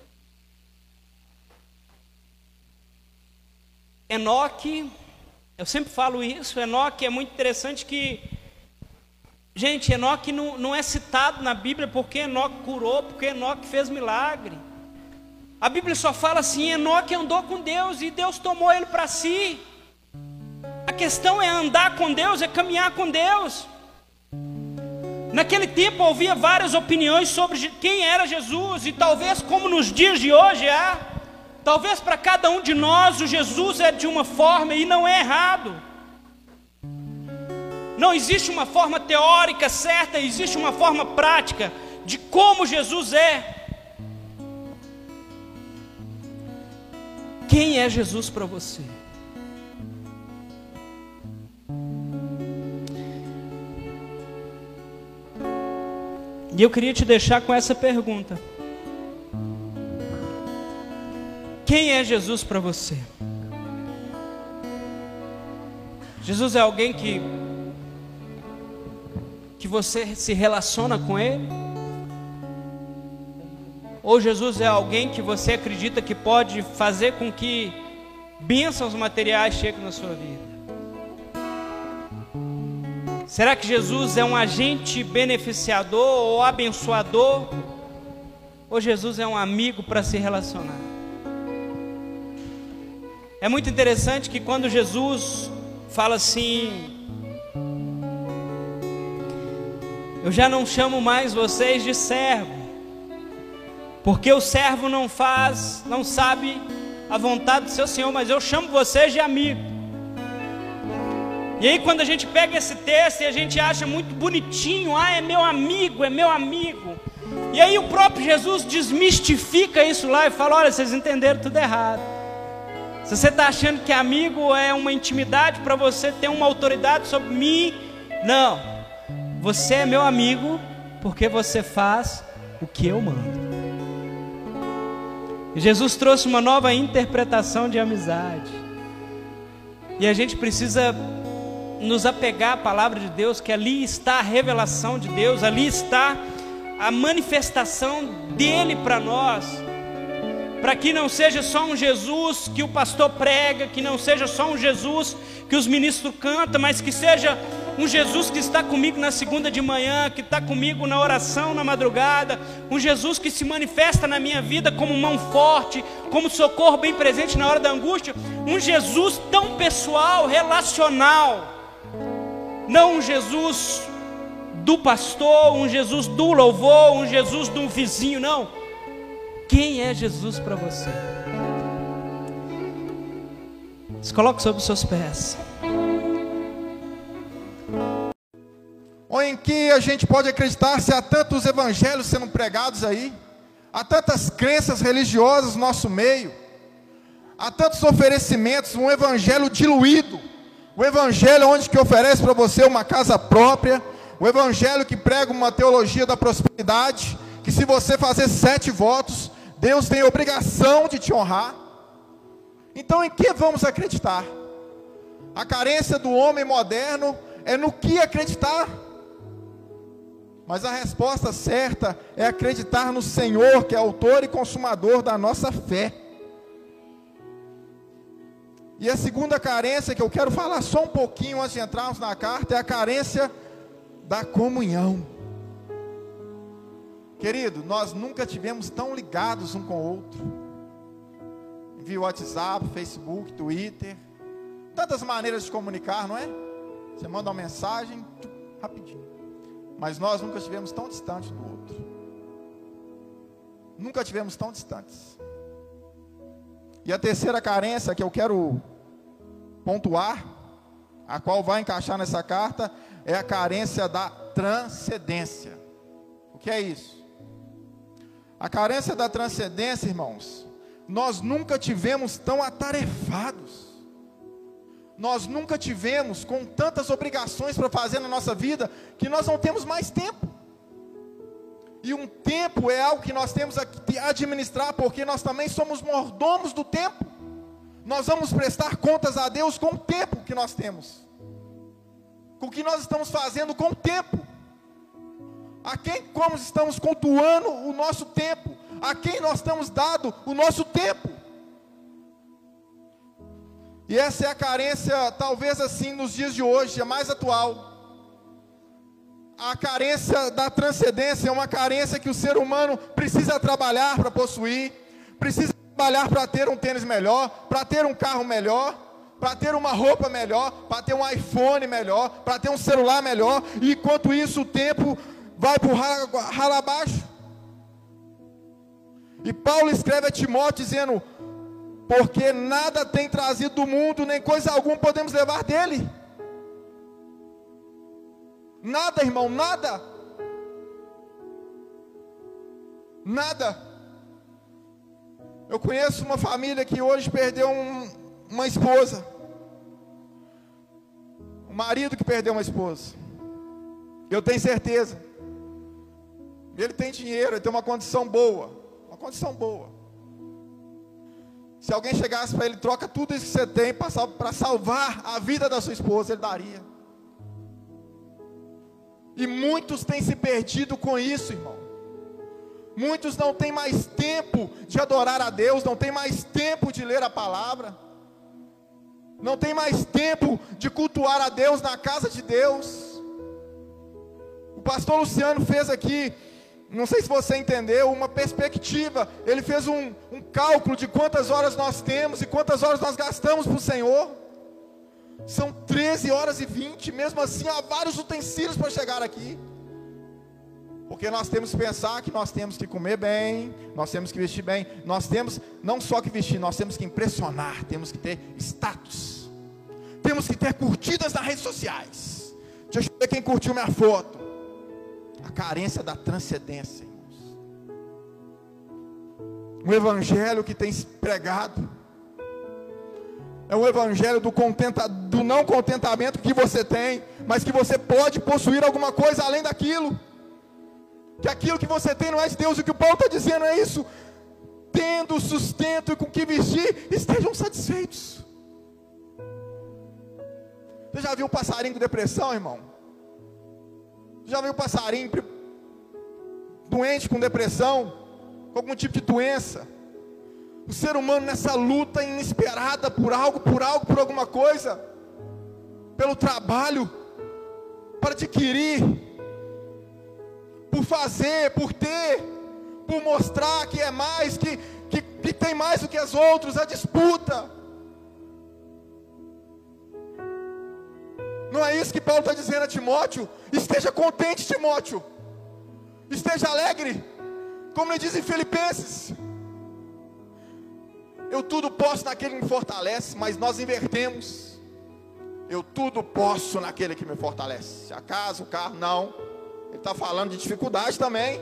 Enoque, eu sempre falo isso, Enoque é muito interessante que, gente, Enoque não, não é citado na Bíblia porque Enoque curou, porque Enoque fez milagre. A Bíblia só fala assim, Enoque andou com Deus e Deus tomou ele para si. A questão é andar com Deus, é caminhar com Deus. Naquele tempo havia várias opiniões sobre quem era Jesus, e talvez como nos dias de hoje há, talvez para cada um de nós o Jesus é de uma forma e não é errado. Não existe uma forma teórica certa, existe uma forma prática de como Jesus é. Quem é Jesus para você? E eu queria te deixar com essa pergunta: quem é Jesus para você? Jesus é alguém que que você se relaciona com Ele? Ou Jesus é alguém que você acredita que pode fazer com que bênçãos materiais cheguem na sua vida? Será que Jesus é um agente beneficiador ou abençoador? Ou Jesus é um amigo para se relacionar? É muito interessante que quando Jesus fala assim: eu já não chamo mais vocês de servo, porque o servo não faz, não sabe a vontade do seu Senhor, mas eu chamo vocês de amigo. E aí quando a gente pega esse texto e a gente acha muito bonitinho, ah, é meu amigo, é meu amigo. E aí o próprio Jesus desmistifica isso lá e fala: olha, vocês entenderam tudo errado. Se você está achando que amigo é uma intimidade para você ter uma autoridade sobre mim, não. Você é meu amigo porque você faz o que eu mando. E Jesus trouxe uma nova interpretação de amizade. E a gente precisa nos apegar à palavra de Deus, que ali está a revelação de Deus, ali está a manifestação dele para nós, para que não seja só um Jesus que o pastor prega, que não seja só um Jesus que os ministros cantam, mas que seja um Jesus que está comigo na segunda de manhã, que está comigo na oração, na madrugada, um Jesus que se manifesta na minha vida como mão forte, como socorro bem presente na hora da angústia, um Jesus tão pessoal, relacional, não um Jesus do pastor, um Jesus do louvor, um Jesus do vizinho, não. Quem é Jesus para você? Se coloque sobre os seus pés. Ou em que a gente pode acreditar se há tantos evangelhos sendo pregados aí, há tantas crenças religiosas no nosso meio, há tantos oferecimentos, um evangelho diluído, o evangelho onde que oferece para você uma casa própria, o evangelho que prega uma teologia da prosperidade, que se você fazer sete votos, Deus tem a obrigação de te honrar. Então em que vamos acreditar? A carência do homem moderno é no que acreditar. Mas a resposta certa é acreditar no Senhor, que é autor e consumador da nossa fé. E a segunda carência que eu quero falar só um pouquinho antes de entrarmos na carta é a carência da comunhão. Querido, nós nunca tivemos tão ligados um com o outro. Via WhatsApp, Facebook, Twitter, tantas maneiras de comunicar, não é? Você manda uma mensagem, rapidinho. Mas nós nunca estivemos tão distantes do outro. Nunca tivemos tão distantes. E a terceira carência que eu quero pontuar, a qual vai encaixar nessa carta, é a carência da transcendência. O que é isso? A carência da transcendência, irmãos, nós nunca tivemos tão atarefados. nós nunca tivemos com tantas obrigações para fazer na nossa vida, que nós não temos mais tempo. E um tempo é algo que nós temos que administrar, porque nós também somos mordomos do tempo. Nós vamos prestar contas a Deus com o tempo que nós temos, com o que nós estamos fazendo com o tempo, a quem como estamos cultuando o nosso tempo, a quem nós estamos dando o nosso tempo. E essa é a carência, talvez assim, nos dias de hoje, a mais atual. A carência da transcendência é uma carência que o ser humano precisa trabalhar para possuir, precisa trabalhar para ter um tênis melhor, para ter um carro melhor, para ter uma roupa melhor, para ter um iPhone melhor, para ter um celular melhor, e enquanto isso o tempo vai por ralo abaixo. E Paulo escreve a Timóteo dizendo: porque nada tem trazido do mundo, nem coisa alguma podemos levar dele. Nada, irmão, nada. Nada. Eu conheço uma família que hoje perdeu um, uma esposa. Um marido que perdeu uma esposa. Eu tenho certeza. Ele tem dinheiro, ele tem uma condição boa. Uma condição boa. Se alguém chegasse para ele, troca tudo isso que você tem para salvar a vida da sua esposa, ele daria. E muitos têm se perdido com isso, irmão. Muitos não têm mais tempo de adorar a Deus, não têm mais tempo de ler a palavra, não tem mais tempo de cultuar a Deus na casa de Deus. O pastor Luciano fez aqui, não sei se você entendeu, uma perspectiva. Ele fez um, um cálculo de quantas horas nós temos e quantas horas nós gastamos para o Senhor. São treze horas e vinte, mesmo assim há vários utensílios para chegar aqui. Porque nós temos que pensar que nós temos que comer bem, nós temos que vestir bem, nós temos não só que vestir, nós temos que impressionar, temos que ter status, temos que ter curtidas nas redes sociais. Deixa eu ver quem curtiu minha foto. A carência da transcendência, irmãos. Um evangelho que tem pregado é o evangelho do, contenta, do não contentamento que você tem, mas que você pode possuir alguma coisa além daquilo. Que aquilo que você tem não é de Deus. E o que o Paulo está dizendo é isso: tendo sustento e com que vestir, estejam satisfeitos. Você já viu um passarinho com depressão, irmão? Você já viu um passarinho doente com depressão, com algum tipo de doença? O ser humano nessa luta inesperada por algo, por algo, por alguma coisa, pelo trabalho, para adquirir, por fazer, por ter, por mostrar que é mais, que, que, que tem mais do que os outros, a disputa. Não é isso que Paulo está dizendo a Timóteo? Esteja contente, Timóteo, esteja alegre, como ele diz em Filipenses. Eu tudo posso naquele que me fortalece, mas nós invertemos. Eu tudo posso naquele que me fortalece. A casa, o carro, não. Ele está falando de dificuldade também.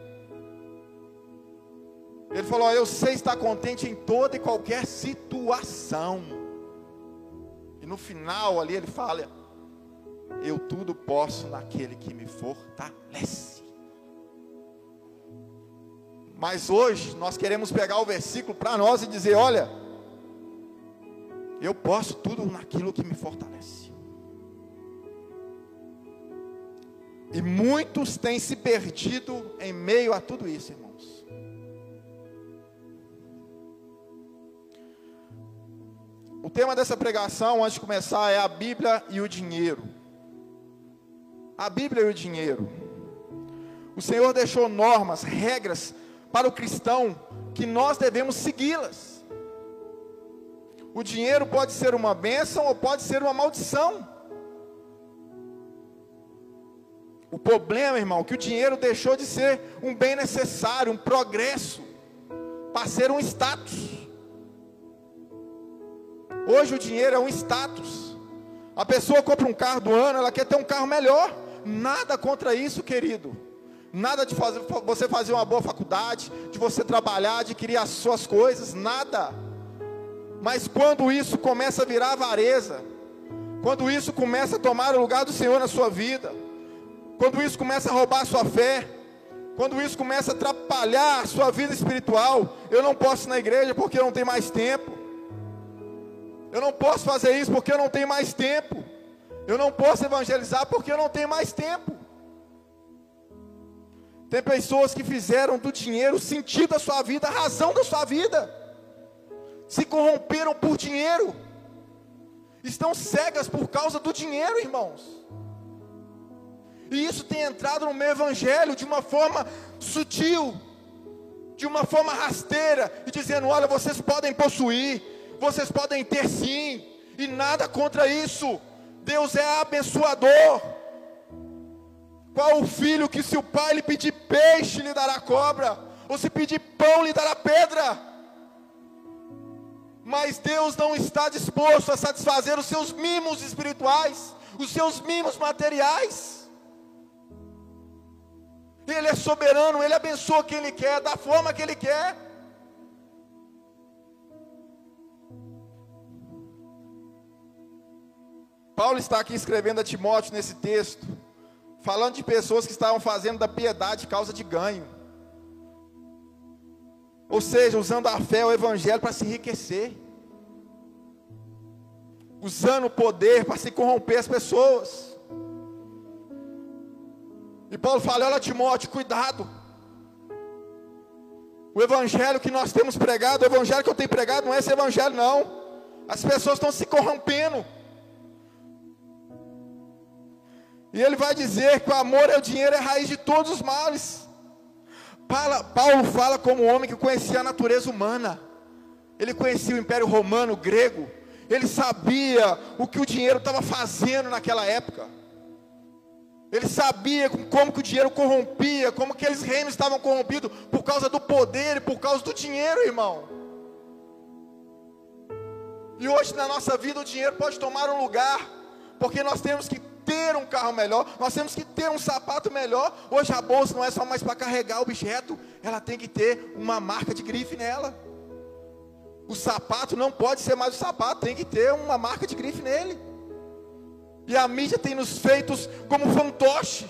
Ele falou: eu sei estar contente em toda e qualquer situação. E no final ali ele fala: eu tudo posso naquele que me fortalece. Mas hoje nós queremos pegar o versículo para nós e dizer: olha, eu posso tudo naquilo que me fortalece. E muitos têm se perdido em meio a tudo isso, irmãos. O tema dessa pregação, antes de começar, é a Bíblia e o dinheiro. A Bíblia e o dinheiro. O Senhor deixou normas, regras para o cristão, que nós devemos segui-las. O dinheiro pode ser uma bênção ou pode ser uma maldição. O problema, irmão, é que o dinheiro deixou de ser um bem necessário, um progresso, para ser um status. Hoje o dinheiro é um status. A pessoa compra um carro do ano, ela quer ter um carro melhor. Nada contra isso, querido. Nada de fazer, você fazer uma boa faculdade, de você trabalhar, adquirir as suas coisas, nada. Mas quando isso começa a virar avareza, quando isso começa a tomar o lugar do Senhor na sua vida, quando isso começa a roubar a sua fé, quando isso começa a atrapalhar a sua vida espiritual, eu não posso ir na igreja porque eu não tenho mais tempo, eu não posso fazer isso porque eu não tenho mais tempo, eu não posso evangelizar porque eu não tenho mais tempo. Tem pessoas que fizeram do dinheiro o sentido da sua vida, a razão da sua vida, se corromperam por dinheiro, estão cegas por causa do dinheiro, irmãos. E isso tem entrado no meu evangelho de uma forma sutil, de uma forma rasteira, e dizendo: olha, vocês podem possuir, vocês podem ter sim, e nada contra isso, Deus é abençoador. Qual o filho que se o pai lhe pedir peixe lhe dará cobra, ou se pedir pão lhe dará pedra? Mas Deus não está disposto a satisfazer os seus mimos espirituais, os seus mimos materiais. Ele é soberano, Ele abençoa quem Ele quer, da forma que Ele quer. Paulo está aqui escrevendo a Timóteo nesse texto, falando de pessoas que estavam fazendo da piedade causa de ganho, ou seja, usando a fé, o evangelho para se enriquecer, usando o poder para se corromper as pessoas. E Paulo fala: olha, Timóteo, cuidado, o evangelho que nós temos pregado, o evangelho que eu tenho pregado não é esse evangelho não, as pessoas estão se corrompendo. E ele vai dizer que o amor ao dinheiro é a raiz de todos os males. Paulo fala como um homem que conhecia a natureza humana. Ele conhecia o Império Romano, o grego. Ele sabia o que o dinheiro estava fazendo naquela época. Ele sabia como que o dinheiro corrompia, como que aqueles reinos estavam corrompidos por causa do poder e por causa do dinheiro, irmão. E hoje na nossa vida o dinheiro pode tomar um lugar, porque nós temos que ter um carro melhor, nós temos que ter um sapato melhor. Hoje a bolsa não é só mais para carregar o objeto, ela tem que ter uma marca de grife nela. O sapato não pode ser mais o sapato, tem que ter uma marca de grife nele. E a mídia tem nos feito como fantoche.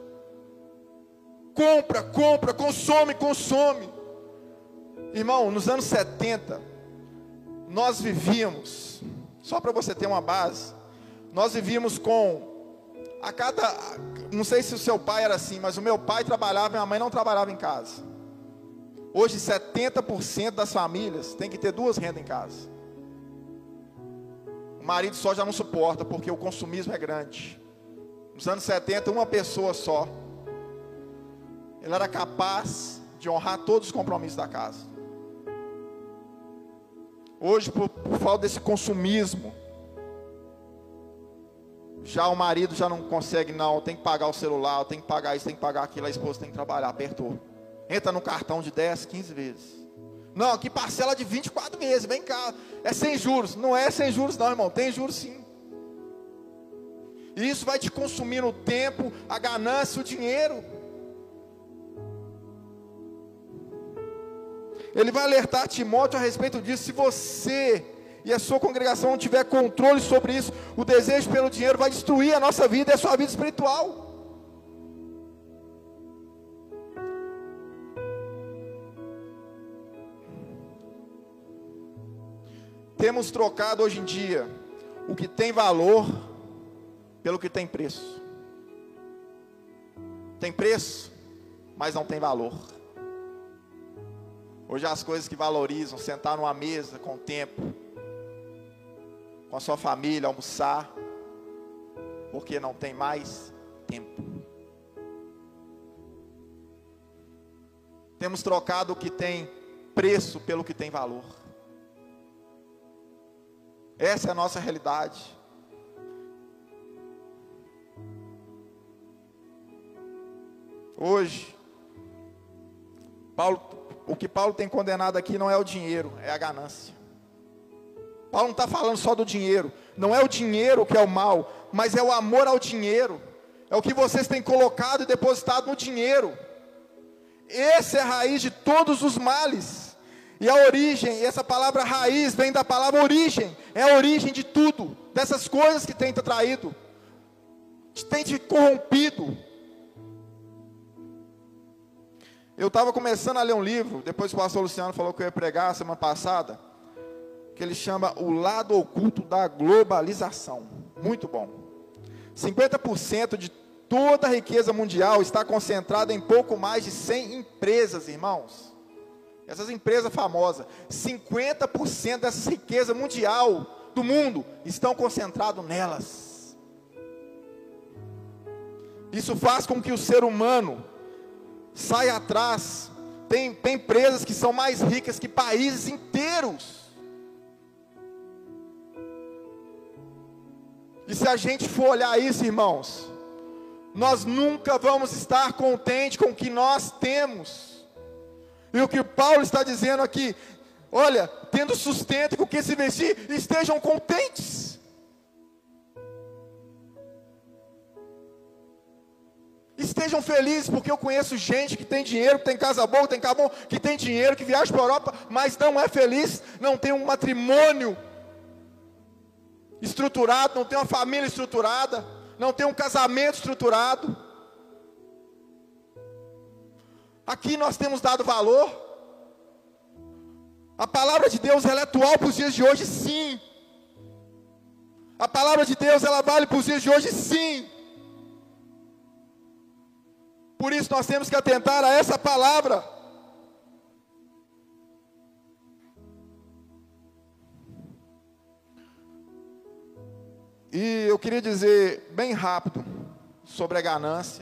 Compra, compra, consome, consome. Irmão, nos anos setenta, nós vivíamos, só para você ter uma base, nós vivíamos com a cada, não sei se o seu pai era assim, mas o meu pai trabalhava e minha mãe não trabalhava em casa. Hoje setenta por cento das famílias tem que ter duas rendas em casa. O marido só já não suporta, porque o consumismo é grande. Nos anos setenta, uma pessoa só, ele era capaz de honrar todos os compromissos da casa. Hoje, por, por falta desse consumismo, já o marido já não consegue, não, tem que pagar o celular, tem que pagar isso, tem que pagar aquilo, a esposa tem que trabalhar, apertou. Entra no cartão de dez, quinze vezes. Não, aqui parcela de vinte e quatro vezes, vem cá, é sem juros. Não é sem juros não, irmão, tem juros sim. E isso vai te consumir o tempo, a ganância, o dinheiro. Ele vai alertar Timóteo a respeito disso. Se você e a sua congregação não tiver controle sobre isso, o desejo pelo dinheiro vai destruir a nossa vida e a sua vida espiritual. Temos trocado hoje em dia o que tem valor pelo que tem preço. Tem preço, mas não tem valor. Hoje as coisas que valorizam, sentar numa mesa com tempo, com a sua família, almoçar, porque não tem mais tempo. Temos trocado o que tem preço pelo que tem valor. Essa é a nossa realidade. Hoje, Paulo, o que Paulo tem condenado aqui não é o dinheiro, é a ganância. Paulo não está falando só do dinheiro. Não é o dinheiro que é o mal, mas é o amor ao dinheiro. É o que vocês têm colocado e depositado no dinheiro. Essa é a raiz de todos os males. E a origem, essa palavra raiz vem da palavra origem, é a origem de tudo, dessas coisas que tem te traído, que tem te corrompido. Eu estava começando a ler um livro, depois o pastor Luciano falou que eu ia pregar semana passada, que ele chama O Lado Oculto da Globalização. Muito bom. cinquenta por cento de toda a riqueza mundial está concentrada em pouco mais de cem empresas, irmãos. Essas empresas famosas, cinquenta por cento dessas riquezas mundial do mundo estão concentradas nelas. Isso faz com que o ser humano saia atrás. Tem, tem empresas que são mais ricas que países inteiros. E se a gente for olhar isso, irmãos, nós nunca vamos estar contentes com o que nós temos. E o que Paulo está dizendo aqui, olha, tendo sustento com o que se vestir, estejam contentes. Estejam felizes, porque eu conheço gente que tem dinheiro, que tem casa boa, que tem carro bom, que tem dinheiro, que viaja para a Europa, mas não é feliz, não tem um matrimônio estruturado, não tem uma família estruturada, não tem um casamento estruturado. Aqui nós temos dado valor. A palavra de Deus, ela é atual para os dias de hoje, sim. A palavra de Deus, ela vale para os dias de hoje, sim. Por isso nós temos que atentar a essa palavra. E eu queria dizer bem rápido sobre a ganância.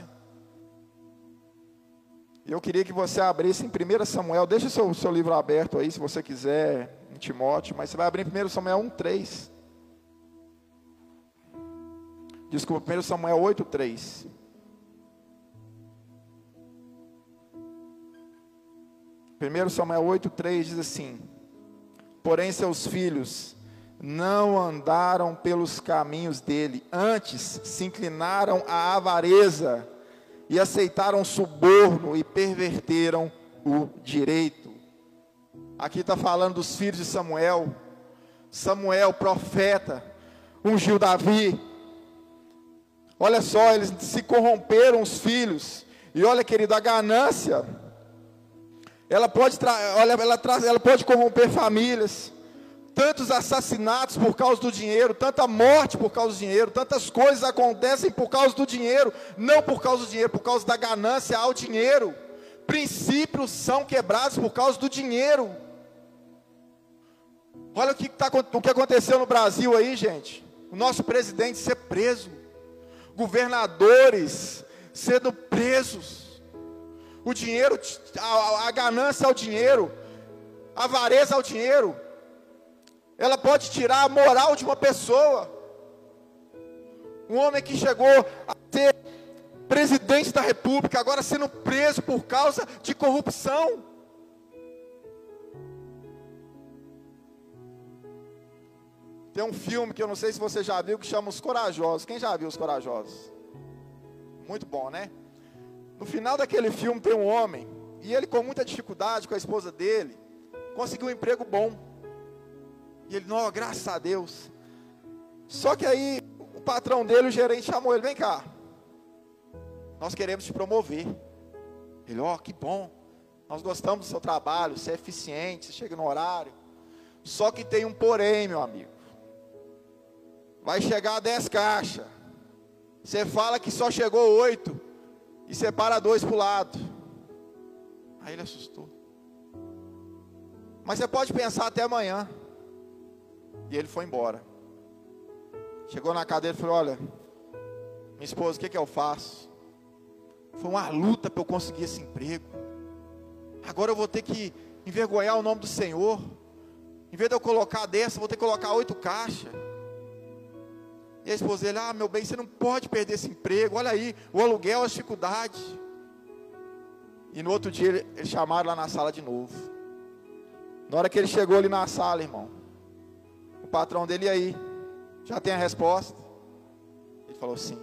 Eu queria que você abrisse em primeiro Samuel, deixa o seu, seu livro aberto aí, se você quiser, em Timóteo, mas você vai abrir em primeiro Samuel um, três. Desculpa, primeiro Samuel oito, três. primeiro Samuel oito, três diz assim: porém seus filhos não andaram pelos caminhos dele, antes se inclinaram à avareza, e aceitaram suborno, e perverteram o direito. Aqui está falando dos filhos de Samuel. Samuel, profeta, ungiu Davi. Olha só, eles se corromperam, os filhos. E olha, querido, a ganância, ela pode, olha, ela, ela pode corromper famílias. Tantos assassinatos por causa do dinheiro, tanta morte por causa do dinheiro, tantas coisas acontecem por causa do dinheiro, não por causa do dinheiro, por causa da ganância ao dinheiro. Princípios são quebrados por causa do dinheiro. Olha o que, tá, o que aconteceu no Brasil aí, gente. O nosso presidente ser preso, governadores sendo presos, o dinheiro, a, a ganância ao dinheiro, a avareza ao dinheiro, ela pode tirar a moral de uma pessoa. Um homem que chegou a ser presidente da república, agora sendo preso por causa de corrupção. Tem um filme que eu não sei se você já viu, que chama Os Corajosos. Quem já viu Os Corajosos? Muito bom, né? No final daquele filme tem um homem, e ele com muita dificuldade com a esposa dele, conseguiu um emprego bom. E ele, não, graças a Deus. Só que aí, o patrão dele, o gerente, chamou ele: vem cá, nós queremos te promover. Ele, ó, oh, que bom, nós gostamos do seu trabalho, você é eficiente, você chega no horário. Só que tem um porém, meu amigo. Vai chegar a dez caixas, você fala que só chegou oito, e separa dois para o lado. Aí ele assustou. Mas você pode pensar até amanhã. E ele foi embora. Chegou na cadeira e falou: olha, minha esposa, o que, que eu faço? Foi uma luta para eu conseguir esse emprego. Agora eu vou ter que envergonhar o nome do Senhor. Em vez de eu colocar dessa, eu vou ter que colocar oito caixas. E a esposa dele: ah, meu bem, você não pode perder esse emprego. Olha aí, o aluguel, as dificuldades. E no outro dia, eles chamaram lá na sala de novo. Na hora que ele chegou ali na sala, irmão, o patrão dele: e aí, já tem a resposta? Ele falou: sim.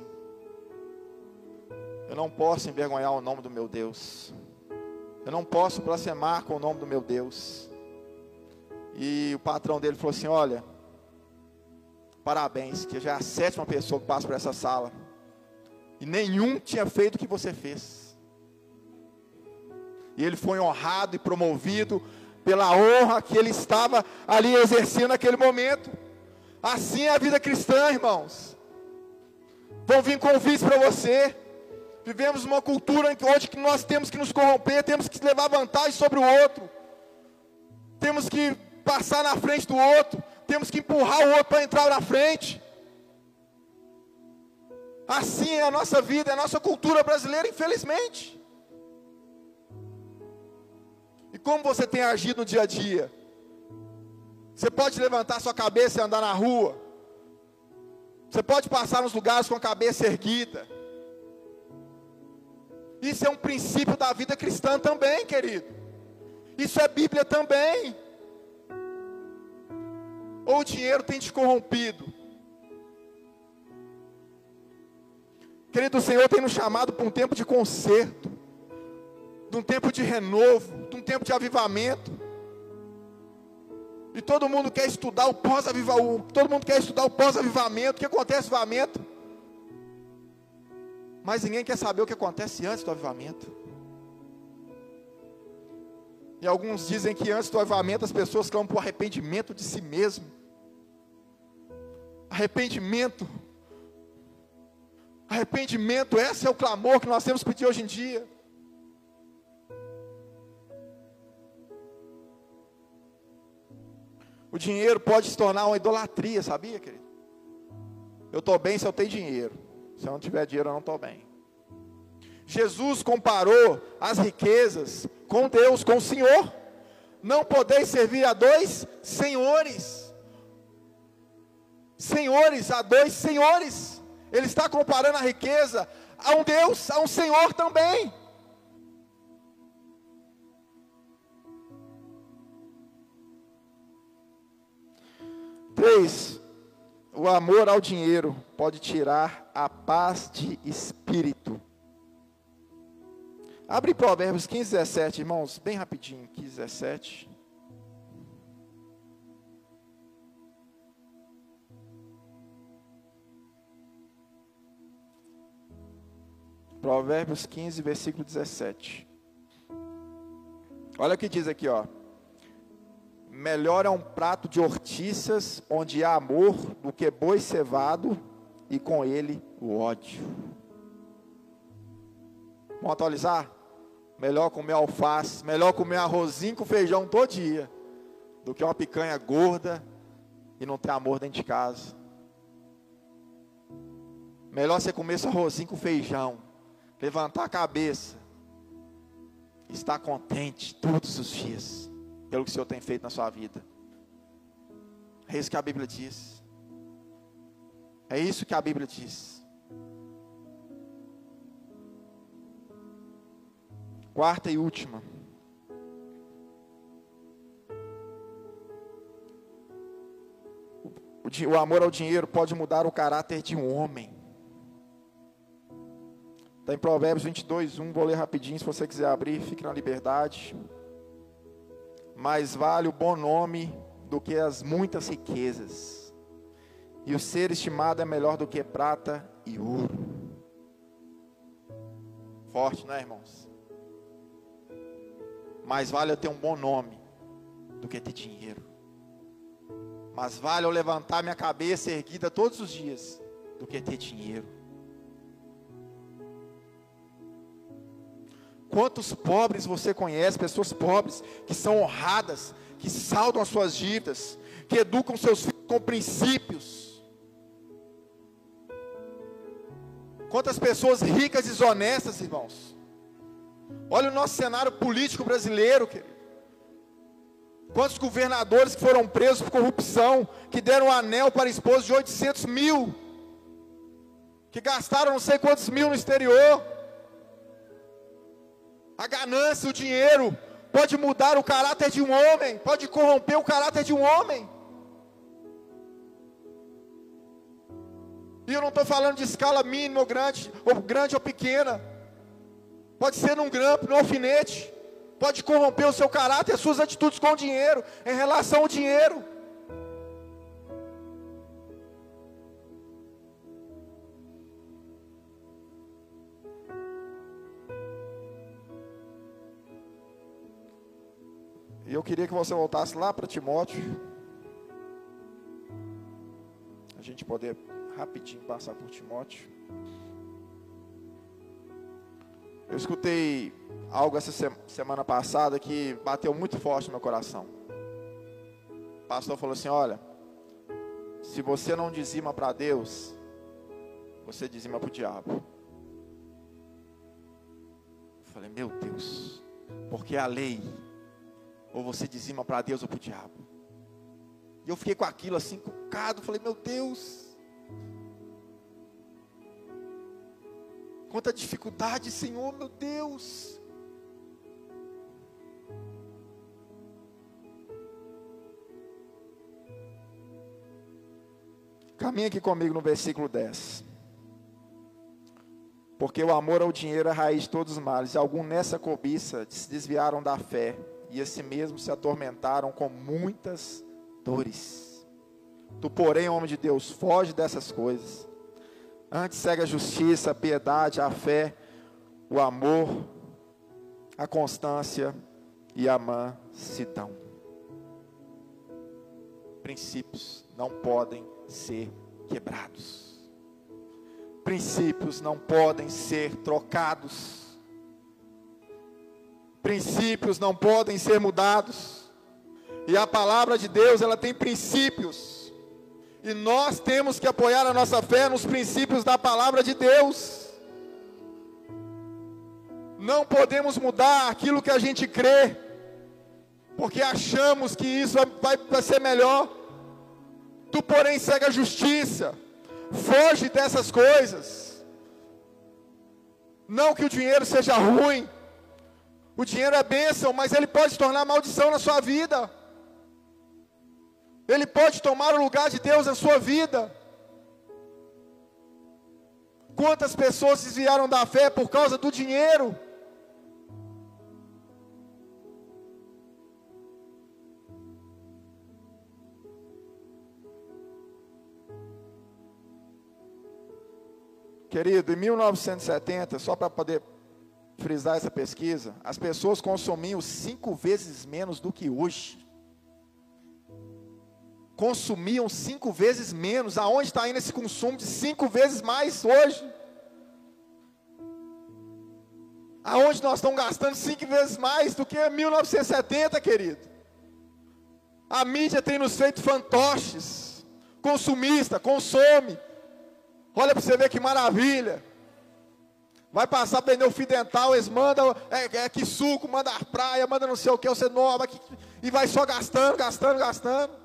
Eu não posso envergonhar o nome do meu Deus. Eu não posso blasfemar com o nome do meu Deus. E o patrão dele falou assim: olha, parabéns, que já é a sétima pessoa que passa por essa sala, e nenhum tinha feito o que você fez. E ele foi honrado e promovido pela honra que ele estava ali exercendo naquele momento. Assim é a vida cristã, irmãos. Vão vir convites para você. Vivemos uma cultura em que hoje que nós temos que nos corromper, temos que levar vantagem sobre o outro, temos que passar na frente do outro, temos que empurrar o outro para entrar na frente. Assim é a nossa vida, é a nossa cultura brasileira, infelizmente. E como você tem agido no dia a dia? Você pode levantar sua cabeça e andar na rua. Você pode passar nos lugares com a cabeça erguida. Isso é um princípio da vida cristã também, querido. Isso é Bíblia também. Ou o dinheiro tem te corrompido? Querido, o Senhor tem nos chamado para um tempo de conserto, de um tempo de renovo, de um tempo de avivamento. E todo mundo quer estudar o pós-avivamento. Todo mundo quer estudar o pós-avivamento. O que acontece no avivamento? Mas ninguém quer saber o que acontece antes do avivamento. E alguns dizem que antes do avivamento as pessoas clamam por arrependimento de si mesmo. Arrependimento. Arrependimento, esse é o clamor que nós temos que pedir hoje em dia. O dinheiro pode se tornar uma idolatria, sabia, querido? Eu estou bem se eu tenho dinheiro. Se eu não tiver dinheiro, eu não estou bem. Jesus comparou as riquezas com Deus, com o Senhor. Não podeis servir a dois senhores. Senhores, a dois senhores. Ele está comparando a riqueza a um Deus, a um Senhor também. Três, o amor ao dinheiro pode tirar a paz de espírito. Abre Provérbios quinze, dezessete, irmãos, bem rapidinho, quinze, dezessete. Provérbios quinze, versículo dezessete. Olha o que diz aqui, ó. Melhor é um prato de hortiças, onde há amor, do que boi cevado, e com ele o ódio. Vamos atualizar? Melhor comer alface, melhor comer arrozinho com feijão todo dia, do que uma picanha gorda, e não ter amor dentro de casa. Melhor você comer seu arrozinho com feijão, levantar a cabeça, estar contente todos os dias, pelo que o Senhor tem feito na sua vida. É isso que a Bíblia diz. É isso que a Bíblia diz. Quarta e última. O, o amor ao dinheiro pode mudar o caráter de um homem. Está em Provérbios vinte e dois, um, vou ler rapidinho, se você quiser abrir, fique na liberdade. Mais vale o bom nome do que as muitas riquezas, e o ser estimado é melhor do que prata e ouro. Forte, não é, irmãos? Mais vale eu ter um bom nome do que ter dinheiro. Mais vale eu levantar minha cabeça erguida todos os dias do que ter dinheiro. Quantos pobres você conhece, pessoas pobres, que são honradas, que saldam as suas dívidas, que educam seus filhos com princípios. Quantas pessoas ricas e desonestas, irmãos. Olha o nosso cenário político brasileiro, querido. Quantos governadores que foram presos por corrupção, que deram um anel para a esposa de oitocentos mil, que gastaram não sei quantos mil no exterior. A ganância, o dinheiro, pode mudar o caráter de um homem, pode corromper o caráter de um homem. E eu não estou falando de escala mínima ou grande, ou grande ou pequena. Pode ser num grampo, num alfinete. pode corromper o seu caráter, as suas atitudes com o dinheiro, em relação ao dinheiro. E eu queria que você voltasse lá para Timóteo. A gente poder rapidinho passar por Timóteo. Eu escutei algo essa semana passada que bateu muito forte no meu coração. O pastor falou assim: olha, se você não dizima para Deus, você dizima para o diabo. Eu falei: meu Deus, porque a lei, ou você dizima para Deus ou para o diabo. E eu fiquei com aquilo assim, cucado, falei: meu Deus, quanta dificuldade, Senhor, meu Deus. Caminha aqui comigo no versículo dez. Porque o amor ao dinheiro é a raiz de todos os males, e alguns nessa cobiça se desviaram da fé, e a si mesmos se atormentaram com muitas dores. Tu, porém, homem de Deus, foge dessas coisas. Antes segue a justiça, a piedade, a fé, o amor, a constância e a mansidão. Princípios não podem ser quebrados. Princípios não podem ser trocados. Princípios não podem ser mudados. E a palavra de Deus, ela tem princípios. E nós temos que apoiar a nossa fé nos princípios da palavra de Deus. Não podemos mudar aquilo que a gente crê, porque achamos que isso vai, vai ser melhor. Tu, porém, segue a justiça. Foge dessas coisas. Não que o dinheiro seja ruim. O dinheiro é bênção, mas ele pode se tornar maldição na sua vida. Ele pode tomar o lugar de Deus na sua vida. Quantas pessoas se desviaram da fé por causa do dinheiro? Querido, em mil novecentos e setenta, só para poder frisar essa pesquisa, as pessoas consumiam cinco vezes menos do que hoje. Consumiam cinco vezes menos. Aonde está indo esse consumo de cinco vezes mais hoje? Aonde nós estamos gastando cinco vezes mais do que em mil novecentos e setenta, querido? A mídia tem nos feito fantoches. Consumista, consome. Olha para você ver que maravilha. Vai passar pneu fio dental, eles mandam, é, é que suco, manda a praia, manda não sei o que, você nova, que, e vai só gastando, gastando, gastando.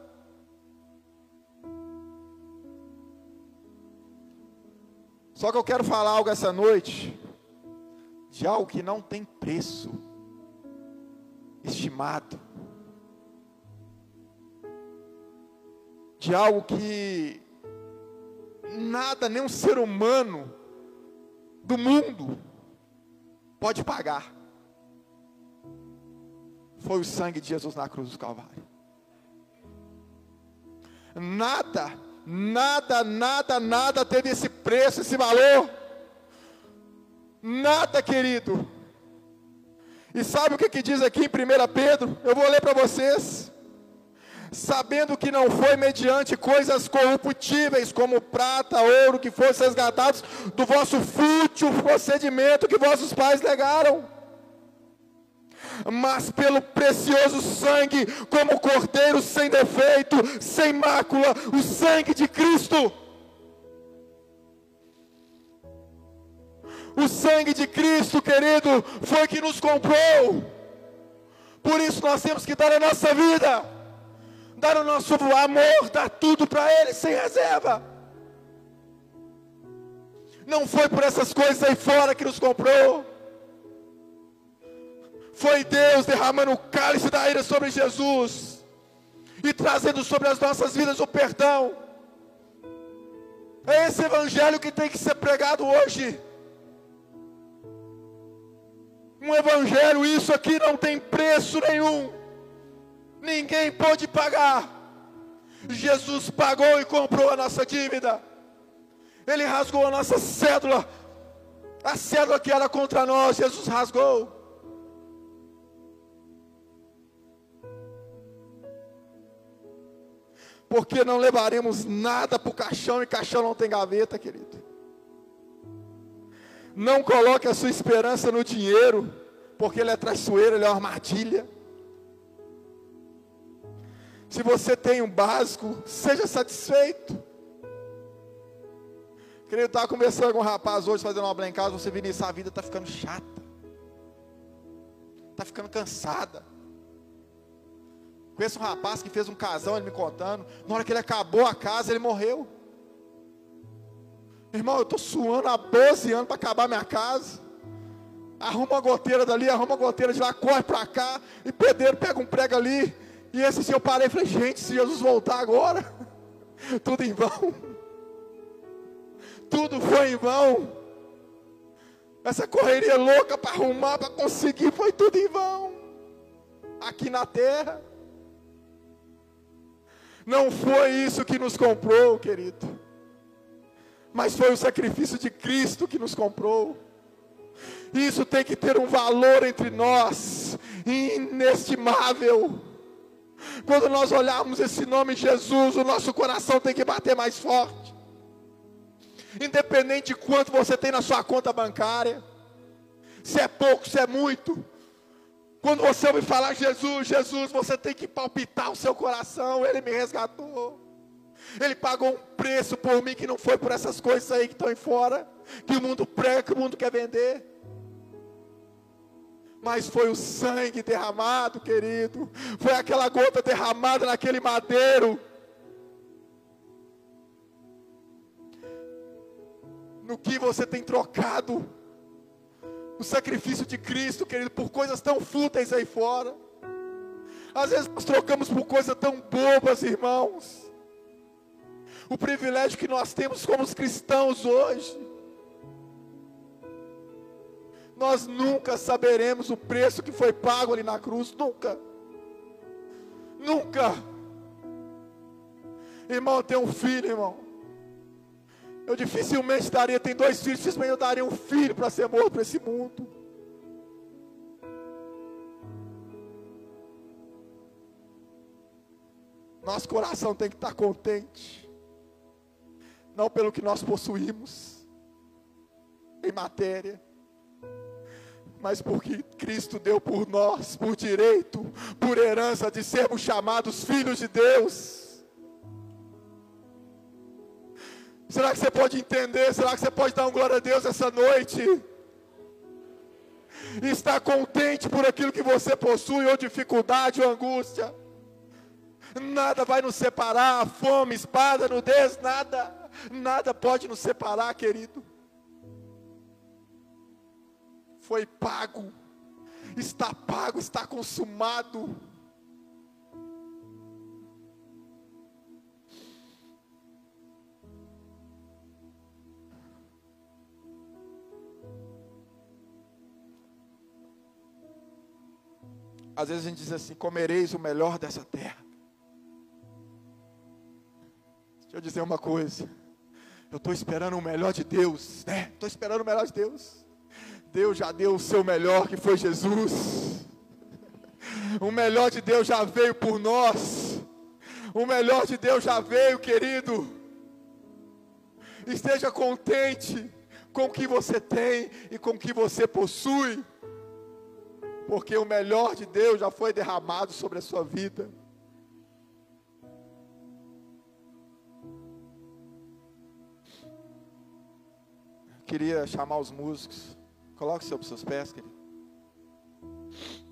Só que eu quero falar algo essa noite, de algo que não tem preço estimado, de algo que nada, nem um ser humano do mundo pode pagar. Foi o sangue de Jesus na cruz do Calvário. Nada, nada, nada, nada teve esse preço, esse valor. Nada, querido. E sabe o que, que diz aqui em primeira Pedro? Eu vou ler para vocês. Sabendo que não foi mediante coisas corruptíveis, como prata, ouro, que fossem resgatados do vosso fútil procedimento que vossos pais legaram, mas pelo precioso sangue, como cordeiro sem defeito, sem mácula, o sangue de Cristo. O sangue de Cristo, querido, foi que nos comprou. Por isso nós temos que dar a nossa vida, dar o nosso amor, dar tudo para Ele, sem reserva. Não foi por essas coisas aí fora que nos comprou. Foi Deus derramando o cálice da ira sobre Jesus, e trazendo sobre as nossas vidas o perdão. É esse evangelho que tem que ser pregado hoje. Um evangelho, isso aqui não tem preço nenhum. Ninguém pode pagar. Jesus pagou e comprou a nossa dívida. Ele rasgou a nossa cédula. A cédula que era contra nós, Jesus rasgou. Porque não levaremos nada para o caixão, e caixão não tem gaveta, querido. Não coloque a sua esperança no dinheiro, porque ele é traiçoeiro, ele é uma armadilha. Se você tem um básico, seja satisfeito. Querido, eu estava conversando com um rapaz hoje, fazendo uma obra em casa. Você vira isso, a vida está ficando chata, está ficando cansada. Conheço um rapaz que fez um casão, ele me contando. Na hora que ele acabou a casa, ele morreu. Irmão, eu estou suando há doze anos para acabar minha casa. Arruma uma goteira dali, arruma uma goteira de lá, corre para cá. E pedreiro pega um prego ali. E esse assim eu parei e falei, gente, se Jesus voltar agora, tudo em vão. Tudo foi em vão. Essa correria louca para arrumar, para conseguir, foi tudo em vão. Aqui na terra. Não foi isso que nos comprou, querido. Mas foi o sacrifício de Cristo que nos comprou. Isso tem que ter um valor entre nós, inestimável. Quando nós olharmos esse nome Jesus, o nosso coração tem que bater mais forte. Independente de quanto você tem na sua conta bancária, se é pouco, se é muito. Quando você ouve falar Jesus, Jesus, você tem que palpitar o seu coração. Ele me resgatou. Ele pagou um preço por mim que não foi por essas coisas aí que estão aí fora, que o mundo prega, que o mundo quer vender. Mas foi o sangue derramado, querido. Foi aquela gota derramada naquele madeiro. No que você tem trocado o sacrifício de Cristo, querido, por coisas tão fúteis aí fora. Às vezes nós trocamos por coisas tão bobas, irmãos. O privilégio que nós temos como os cristãos hoje. Nós nunca saberemos o preço que foi pago ali na cruz, nunca. Nunca. Irmão, eu tenho um filho, irmão. Eu dificilmente daria, tem dois filhos, dificilmente eu daria um filho para ser morto para esse mundo. Nosso coração tem que estar contente. Não pelo que nós possuímos em matéria, mas porque Cristo deu por nós, por direito, por herança de sermos chamados filhos de Deus. Será que você pode entender? Será que você pode dar um glória a Deus essa noite? E estar contente por aquilo que você possui, ou dificuldade, ou angústia. Nada vai nos separar, fome, espada, nudez, nada. Nada pode nos separar, querido. Foi pago, está pago, está consumado. Às vezes a gente diz assim, comereis o melhor dessa terra. Deixa eu dizer uma coisa, eu estou esperando o melhor de Deus, né? Estou esperando o melhor de Deus. Deus já deu o seu melhor, que foi Jesus. O melhor de Deus já veio por nós. O melhor de Deus já veio, querido. Esteja contente com o que você tem e com o que você possui, porque o melhor de Deus já foi derramado sobre a sua vida. Eu queria chamar os músicos. Coloque-se sobre os seus pés, querido.